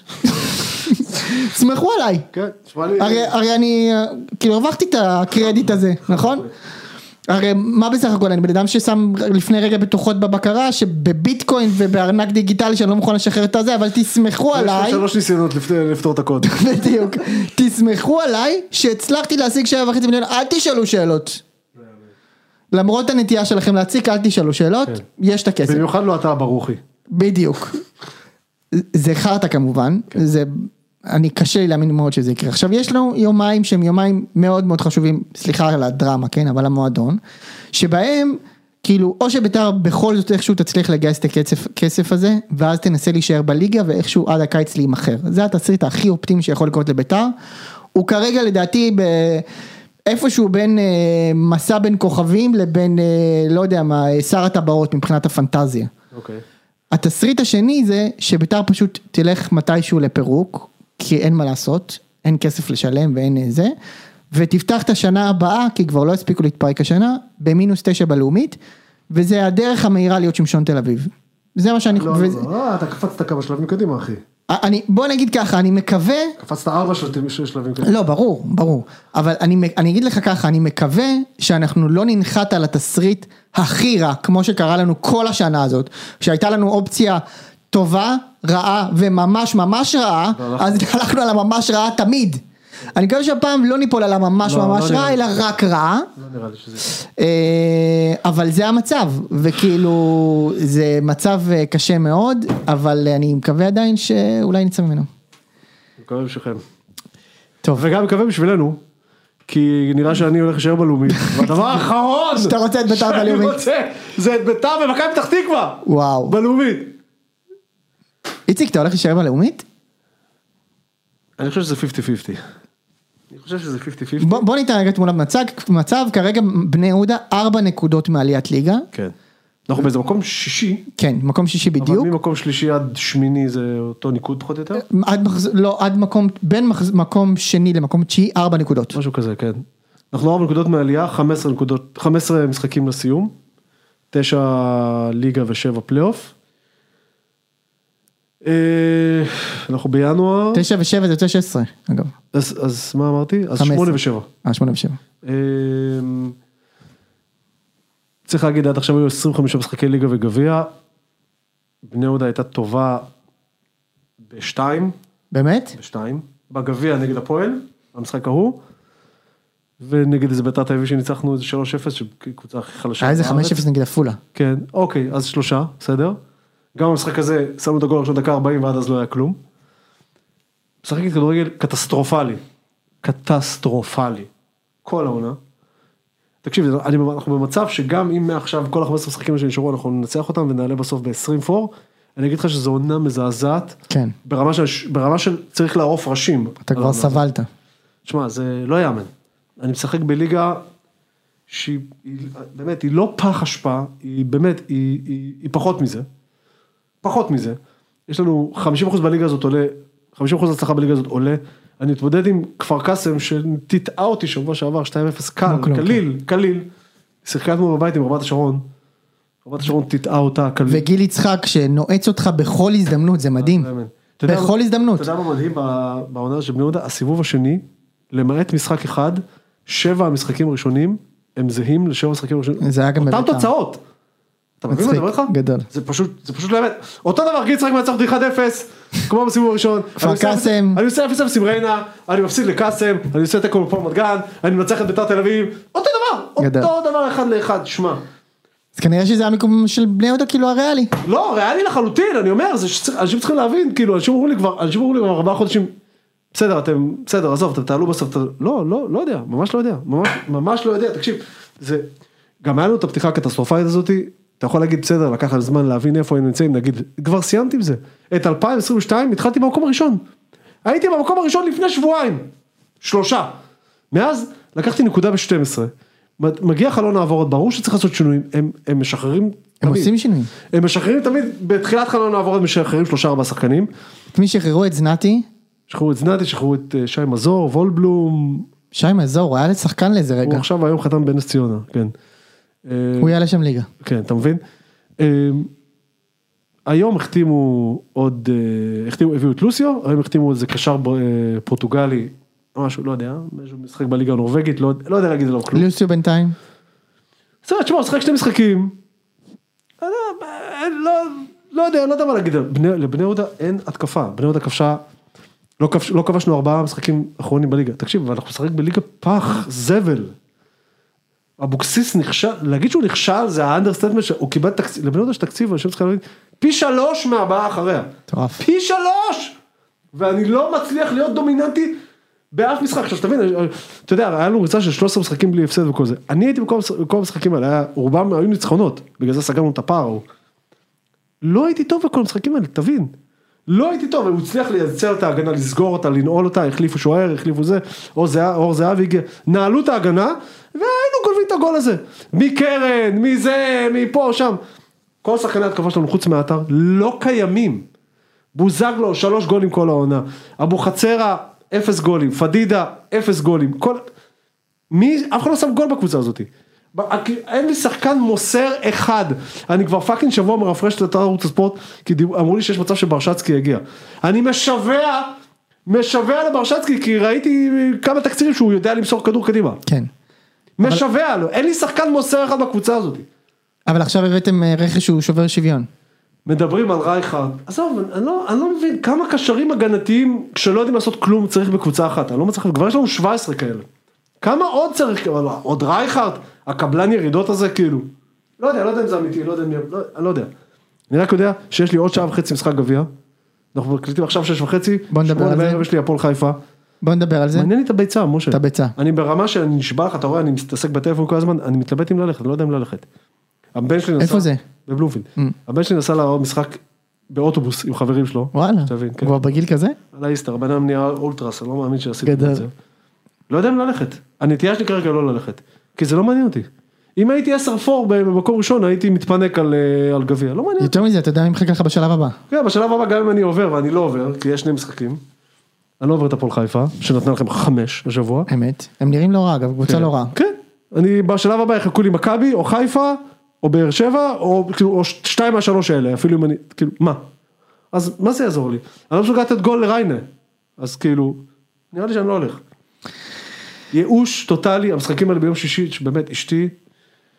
סמכו עליי. כן, שמע לי. הרי אני, כאילו הרווחתי את הקרדיט הזה, נכון? הרי מה בסך הכל, אני בן אדם ששם לפני רגע בטוחות בבקרה, שבביטקוין ובארנק דיגיטלי שאני לא מוכן לשחרר את הזה, אבל תסמכו עליי. יש 3 ניסיונות לפתור את הקוד. בדיוק. תסמכו עליי שהצלחתי להשיג 7.5 מיליון, אל תשאלו שאלות. למרות הנטייה שלכם להציג, אל תשאלו שאלות, יש את הכסף. במיוחד לא אתה ברוכי. בדיוק. זה חרטה כמובן, זה, אני קשה לי להאמין מאוד שזה יקרה. עכשיו יש לנו יומיים שהם יומיים מאוד מאוד חשובים, סליחה על הדרמה, כן, אבל המועדון, שבהם, כאילו, או שביתר בכל זאת איכשהו תצליח לגייס את הכסף הזה, ואז תנסה להישאר בליגה, ואיכשהו עד הקיץ להימחר. זה התסריט הכי אופטימי שיכול לקרות לביתר. הוא כרגע לדעתי איפשהו בין מסע בין כוכבים לבין, לא יודע מה, שר הטבעות מבחינת הפנטזיה. אוקיי. התסריט השני זה שביתר פשוט תלך מתישהו לפירוק, כי אין מה לעשות, אין כסף לשלם ואין זה, ותפתח את השנה הבאה, כי כבר לא הספיקו להתפרק השנה, ב-9- בלאומית, וזה הדרך המהירה להיות שמשון תל אביב. זה מה שאני... לא, אתה קפצת כמה שלבים קדימה, אחי. בוא נגיד ככה, אני מקווה... קפצת 4 שלבים קדימה. לא, ברור. אבל אני אגיד לך ככה, אני מקווה שאנחנו לא ננחת על התסריט הכי רע, כמו שקרה לנו כל השנה הזאת, שהייתה לנו אופציה טובה, רעה וממש ממש רעה, אז הלכנו על הממש רעה תמיד. אני מקווה שהפעם לא ניפול על הממש ממש רע, אלא רק רע. לא נראה לי שזה... אבל זה המצב, וכאילו זה מצב קשה מאוד, אבל אני מקווה עדיין שאולי נצא ממנו. מקווה בשבילכם. טוב. וגם מקווה בשבילנו, כי נראה שאני הולך להישאר בלאומית. והדבר האחרון שאתה רוצה את ביתר בלאומית. זה את ביתר ומכבי פתח תקווה. וואו. בלאומית. איציק, אתה הולך להישאר בלאומית? אני חושב שזה 50-50. אני חושב שזה 50-50. בוא ניתן רגע תמונת מצב, כרגע בני יהודה 4 נקודות מעליית ליגה. כן. אנחנו באיזה מקום 6. כן, מקום 6 בדיוק. אבל ממקום 3 עד 8 זה אותו ניקוד פחות יותר? עד מקום, בין מקום 2 למקום 9, 4 נקודות. משהו כזה, כן. אנחנו 4 נקודות מעלייה, 15 משחקים לסיום, 9 ליגה ו7 פלייאוף. אנחנו בינואר. 9 ו7 זה יוצא 16, אגב. אז מה אמרתי? אז 8 ו7. 8 ו7. צריך להגיד, עד עכשיו היו 25 משחקי ליגה וגביע, בני יהודה הייתה טובה ב2, באמת? בשתיים, בגביע נגד הפועל, המשחק ההוא, ונגד איזה ביתר תל אביב שניצחנו איזה 3-0, שקבוצה הכי חלשה. היה איזה 5-0 נגד אפולה. כן, אוקיי, אז 3, בסדר. גם במשחק הזה, שמו את הגול הראשון דקה 40 ועד אז לא היה כלום. משחקת כדורגל קטסטרופלי. קטסטרופלי. כל העונה. תקשיב, אנחנו במצב שגם אם מעכשיו כל ה-15 משחקים שנשארו, אנחנו ננצח אותם ונעלה בסוף ב-24, אני אגיד לך שזו עונה מזעזעת. כן. ברמה של צריך לערוף ראשים. אתה כבר סבלת. תשמע, זה לא יאמן. אני משחק בליגה שהיא, באמת, היא לא פח השפעה, היא באמת, היא פחות מזה. פחות מזה. יש לנו 50% בליגה הזאת עולה, 50% הצלחה בליגה הזאת עולה. אני מתמודד עם כפר קאסם שתטעה אותי שבוע שעבר, 2-0 קליל. שיחקנו בבית עם רמת השרון. רמת השרון תטעה אותה קליל. וגיל יצחק שנועץ אותך בכל הזדמנות, זה מדהים. בכל הזדמנות. אתה יודע מה מדהים בעונה של בני יהודה? הסיבוב השני, למעט משחק אחד, 7 המשחקים הראשונים, הם זהים ל7 המשחקים הראשונים. זה היה גם בביתר. אותם תוצאות. אתה מבין מה אני אומר לך? גדול. זה פשוט לא אמת. אותו דבר, גיל יצחק מנצח אותי 1-0, כמו בסיבוב הראשון. כפר קאסם. אני עושה 0-0 עם ריינה, אני מפסיד לקאסם, אני עושה תיקו בפועל רמת גן, אני מנצח את ביתר תל אביב. אותו דבר 1-1, שמע. אז כנראה שזה המיקום של בני יהודה כאילו הריאלי. לא, ריאלי לחלוטין, אני אומר, אנשים צריכים להבין, כאילו, אנשים אמרו לי כבר 4 חודשים, בסדר, עזוב, אתם תעלו בסוף, לא יודע, ממש לא יודע, תקשיב, זה, גם היה לנו את הפתיחה הקטסטרופלית הזאת, אתה יכול להגיד, בסדר, לקח על זמן להבין איפה היינו נמצאים, נגיד, כבר סיימתי עם זה, את 2022 התחלתי במקום הראשון, הייתי במקום הראשון לפני שבועיים, 3, מאז לקחתי נקודה ב-12, מגיע חלון העברות, ברור שצריך לעשות שינויים, הם משחררים הם עושים שינויים. הם משחררים תמיד, בתחילת חלון העברות משחררים 3-4 שחקנים. את מי שחררו את זנתי? שחררו את שי מזור, וולבלום. שי מזור, הוא היה לשחקן לאיזה רגע. הוא עכשיו היום חתם בנס ציונה, כן. הוא יעלה שם ליגה. כן, אתה מבין? היום החתימו עוד, הביאו את לוסיו, היום החתימו איזה קשר פורטוגלי, משהו, לא יודע, משחק בליגה הנורווגית, לא יודע להגיד עליו כלום. לוסיו בינתיים? תשמע, הוא שחק 2 משחקים, לא יודע מה להגיד, לבני יהודה אין התקפה, בני יהודה כבשה, לא כבשנו 4 משחקים אחרונים בליגה, תקשיב, אבל אנחנו משחק בליגה פח, זבל, אבוקסיס נכשל, להגיד שהוא נכשל, זה האנדרסטייטמנט, הוא קיבל תקציב, לבני יהודה יש תקציב, אנשים צריכים להגיד, פי 3 מהבאה אחריה, פי 3, ואני לא מצליח להיות דומיננטי, באף משחק, עכשיו שתבין, אתה יודע, היה לנו ריצה של 13 משחקים בלי הפסד וכל זה, אני הייתי בכל המשחקים האלה, רובם היו ניצחונות, בגלל זה סגרנו את הפער, לא הייתי טוב בכל המשחקים האלה, תבין, לא הייתי טוב, הוא הצליח לייצר את ההגנה, לסגור אותה, לנעול אותה, החליפו שוער, החליפו זה, אור זהב הגיע, נעלו את ההגנה, והיינו גולבים את הגול הזה, מקרן, מזה, מפה, שם, כל שחקני התקפה שלנו חוץ מהאתר, לא קיימים, בוזגלו, 3 גולים כל העונה, אבו חצרה, 0 גולים, פדידה, 0 גולים, אף אחד לא שם גול בקבוצה הזאת, אין לי שחקן מוסר אחד, אני כבר פאקינג שבוע מרפרש את ערוץ הספורט, כי אמרו לי שיש מצב שברשצקי יגיע, אני משווע לברשצקי, כי ראיתי כמה תקצירים שהוא יודע למסור כדור קדימה, כן, משווע לו, אין לי שחקן מוסר אחד בקבוצה הזאת, אבל עכשיו הבאתם רכש שהוא שובר שוויון, מדברים על רייכרד, עזוב, אני לא מבין כמה קשרים הגנתיים כשלא יודעים לעשות כלום צריך בקבוצה אחת, אני לא מצליח, כבר יש לנו 17 כאלה, כמה עוד צריך, עוד רייכרד, הקבלן ירידות הזה כאילו, לא יודע אם זה אמיתי, אני לא יודע, אני רק יודע שיש לי עוד 1.5 משחק גביע, אנחנו מקליטים עכשיו 6.5, בוא נדבר על זה, יש לי הפועל חיפה, בוא נדבר על זה, מעניין לי את הביצה, משה, את הביצה, אני ברמה שאני נשבע לך, אתה רואה, אני מתעסק בטלפון כל הזמן, אני מתלבט אם ללכת, אני לא יודע אם ללכת, איפה זה? בבלומפילד. הבן שלי נסע לעוד משחק באוטובוס עם חברים שלו. וואלה, כבר בגיל כזה? על האיסטר, הבן אדם נהיה אולטרס, אני לא מאמין שעשיתי את זה. לא יודע אם ללכת. הנטייה שלי כרגע לא ללכת. כי זה לא מעניין אותי. אם הייתי 10-4 במקום ראשון, הייתי מתפנק על גביע. לא מעניין. יותר מזה, אתה יודע מי מחכה לך בשלב הבא? כן, בשלב הבא גם אם אני עובר, ואני לא עובר, כי יש 2 משחקים. אני לא עובר את הפועל חיפה, שנתנה לכם 5 השבוע. אמת. הם נראים לא רע, אגב, קבוצה לא רע. כן. אני בשלב הבא יחכו לי מכבי, או חיפה, או באר שבע, או 2 מה-3 האלה, אפילו אם אני, כאילו, מה? אז מה זה יעזור לי? אני לא מסוגל לתת גול לריינה, אז כאילו, נראה לי שאני לא הולך. ייאוש טוטלי, המשחקים האלה ביום שישי, שבאמת אשתי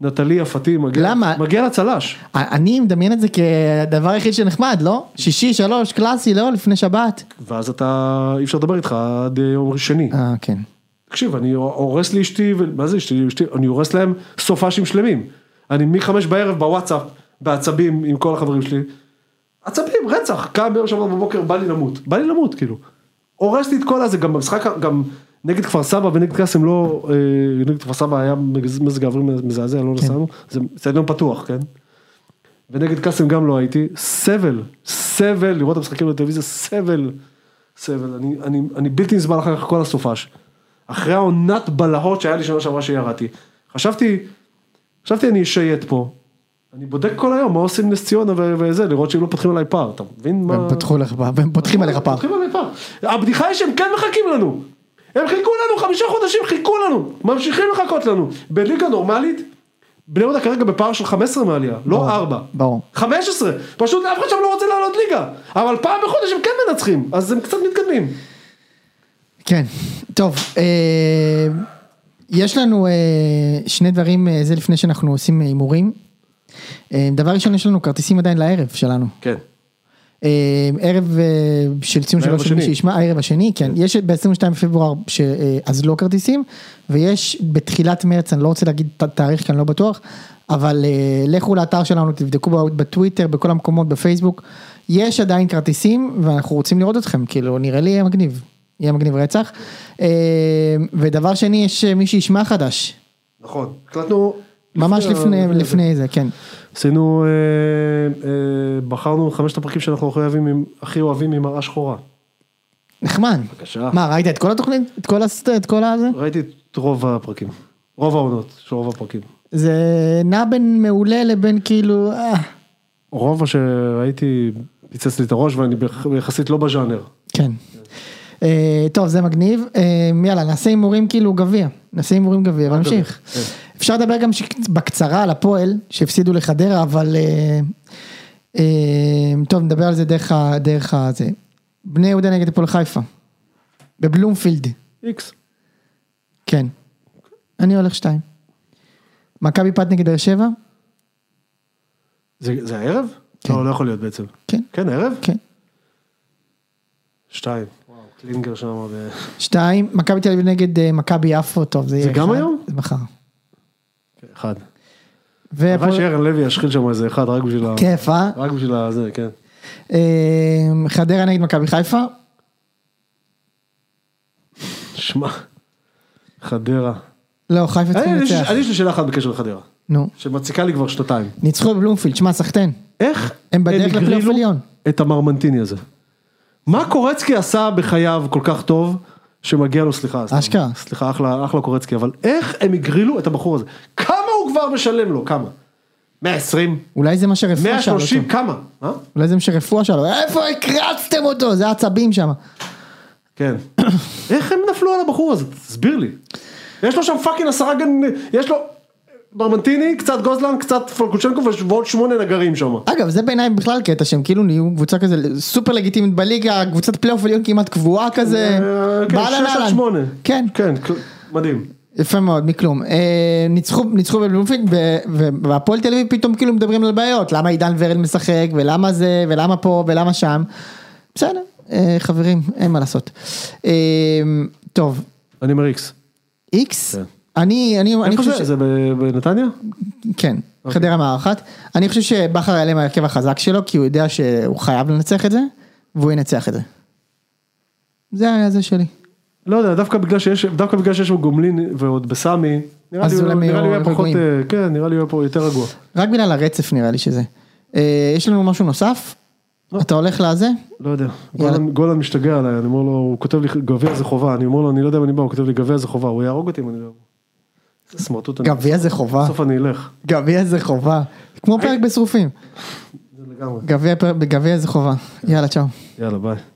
נטלי יפתי, מגיע לצלש. אני מדמיין את זה כדבר היחיד שנחמד, לא? 6-3, קלאסי, לא? לפני שבת. ואז אי אפשר לדבר איתך עד יום שני. כן. תקשיב, אני הורס לי אשתי, מה זה אשתי? אני הורס להם סופשים שלמים. אני מ-5 בערב בוואטסאפ, בעצבים עם כל החברים שלי. עצבים, רצח. קם ביום שבת בבוקר, בא לי למות, כאילו. הורס לי את כל הזה, גם במשחק, גם נגד כפר סבא ונגד קאסם לא, נגד כפר סבא היה מזג האוויר מזעזע, לא נסענו, זה סטדיון פתוח, כן? ונגד קאסם גם לא הייתי, סבל, לראות את המשחקים בטלוויזיה, סבל, אני בלתי נסבל אחר כך כל הסופש. אחרי העונת בלהות שהיה לי שנה שעברה שירדתי, חשבתי אני אשייט פה, אני בודק כל היום מה עושים נס ציונה וזה, לראות שהם לא פותחים עליי פער, אתה מבין מה? הם פותחים עליך פער. הבדיחה היא שהם כן מחכים לנו, הם חיכו לנו, 5 חודשים חיכו לנו, ממשיכים לחכות לנו, בליגה נורמלית, בני יהודה כרגע בפער של 15 מעלייה, לא 4, 15, פשוט אף אחד שם לא רוצה לעלות ליגה, אבל פעם בחודש הם כן מנצחים, אז הם קצת מתקדמים. כן, טוב, יש לנו שני דברים, זה לפני שאנחנו עושים הימורים. דבר ראשון, יש לנו כרטיסים עדיין לערב שלנו. כן. ערב של ציון שלו של מי שישמע, הערב השני, כן, יש ב-22 בפברואר אז לא כרטיסים, ויש בתחילת מרץ, אני לא רוצה להגיד תאריך, כי אני לא בטוח, אבל לכו לאתר שלנו, תבדקו בטוויטר, בכל המקומות, בפייסבוק, יש עדיין כרטיסים, ואנחנו רוצים לראות אתכם, כאילו, נראה לי יהיה מגניב רצח, ודבר שני, יש מי שישמע חדש. נכון, הקלטנו ממש לפני זה, כן. עשינו, בחרנו 5 הפרקים שאנחנו הכי אוהבים ממראה שחורה. נחמד. בבקשה. מה, ראית את כל התוכנית? את כל הזה? ראיתי את רוב הפרקים. רוב העונות של רוב הפרקים. זה נע בין מעולה לבין כאילו... רוב שראיתי פיצץ לי את הראש ואני יחסית לא בז'אנר. כן. טוב, זה מגניב. יאללה, נעשה הימורים כאילו גביע. נעשה הימורים גביע, ונמשיך. אפשר לדבר גם בקצרה על הפועל, שהפסידו לחדרה, אבל... טוב, נדבר על זה דרך הזה. בני יהודה נגד הפועל חיפה. בבלומפילד. איקס. כן. אני הולך 2. מכבי פת נגד באר שבע? זה הערב? כן. לא יכול להיות בעצם. כן. כן, הערב? כן. 2. וואו, קלינגר שם. 2. מכבי תל אביב נגד מכבי יפו, טוב, זה יהיה 1. זה גם היום? זה מחר. 1. אחרי שארן לוי ישחיל שם איזה 1, רק בשביל כיף, רק בשביל זה, כן. חדרה נגד מכבי חיפה? שמע, חדרה. לא, חיפה צריכים לנצח. אני יש לי שאלה אחת בקשר לחדרה. נו. שמציקה לי כבר 2. ניצחו בבלומפילד, שמע, סחטן. איך הם בדרך לפלייאוף עליון. את המרמנטיני הזה? מה קורצקי עשה בחייו כל כך טוב, שמגיע לו, סליחה, אחלה קורצקי, אבל איך הם הגרילו את הבחור הזה? כמה הוא כבר משלם לו? כמה? 120? אולי זה מה שרפואה שאל אותו. 130? כמה? אולי זה מה שרפואה שאל אותו. איפה הקרצתם אותו? זה עצבים שם. כן. איך הם נפלו על הבחור הזה? תסביר לי. יש לו שם פאקינג 10 יש לו ברמנטיני, קצת גוזלן, קצת פולקוצ'נקו ועוד 8 נגרים שם. אגב, זה בעיניי בכלל קטע שהם כאילו נהיו קבוצה כזה סופר לגיטימית בליגה, קבוצת פלייאוף עליון כמעט קבועה כזה. כן, 6-8. כן. כן, מדהים. יפה מאוד, מכלום. ניצחו בבלומפילד, והפועל תל אביב פתאום כאילו מדברים על בעיות, למה עידן ורל משחק, ולמה זה, ולמה פה, ולמה שם. בסדר, חברים, אין מה לעשות. טוב. אני אומר איקס. איקס? אני חושב זה בנתניה? כן, חדרה מארחת. אני חושב שבחר יעלה מהרכב החזק שלו, כי הוא יודע שהוא חייב לנצח את זה, והוא ינצח את זה. זה היה זה שלי. לא יודע, דווקא בגלל שיש לו גומלין ועוד בסמי, נראה לי הוא היה פחות, כן, נראה לי הוא היה פה יותר רגוע. רק בגלל הרצף נראה לי שזה. יש לנו משהו נוסף? אתה הולך לזה? לא יודע, גולן משתגע עליי, אני אומר לו, הוא כותב לי גביע זה חובה, אני אומר לו, אני לא יודע אם אני בא, הוא כותב לי גביע זה חובה, הוא יהרוג אותי אם אני לא... זה סמרטוט. גביע זה חובה. בסוף אני אלך. גביע זה חובה. כמו פרק בשרופים. זה לגמרי. גביע זה חובה. יאללה, צ'או. יאללה, ביי.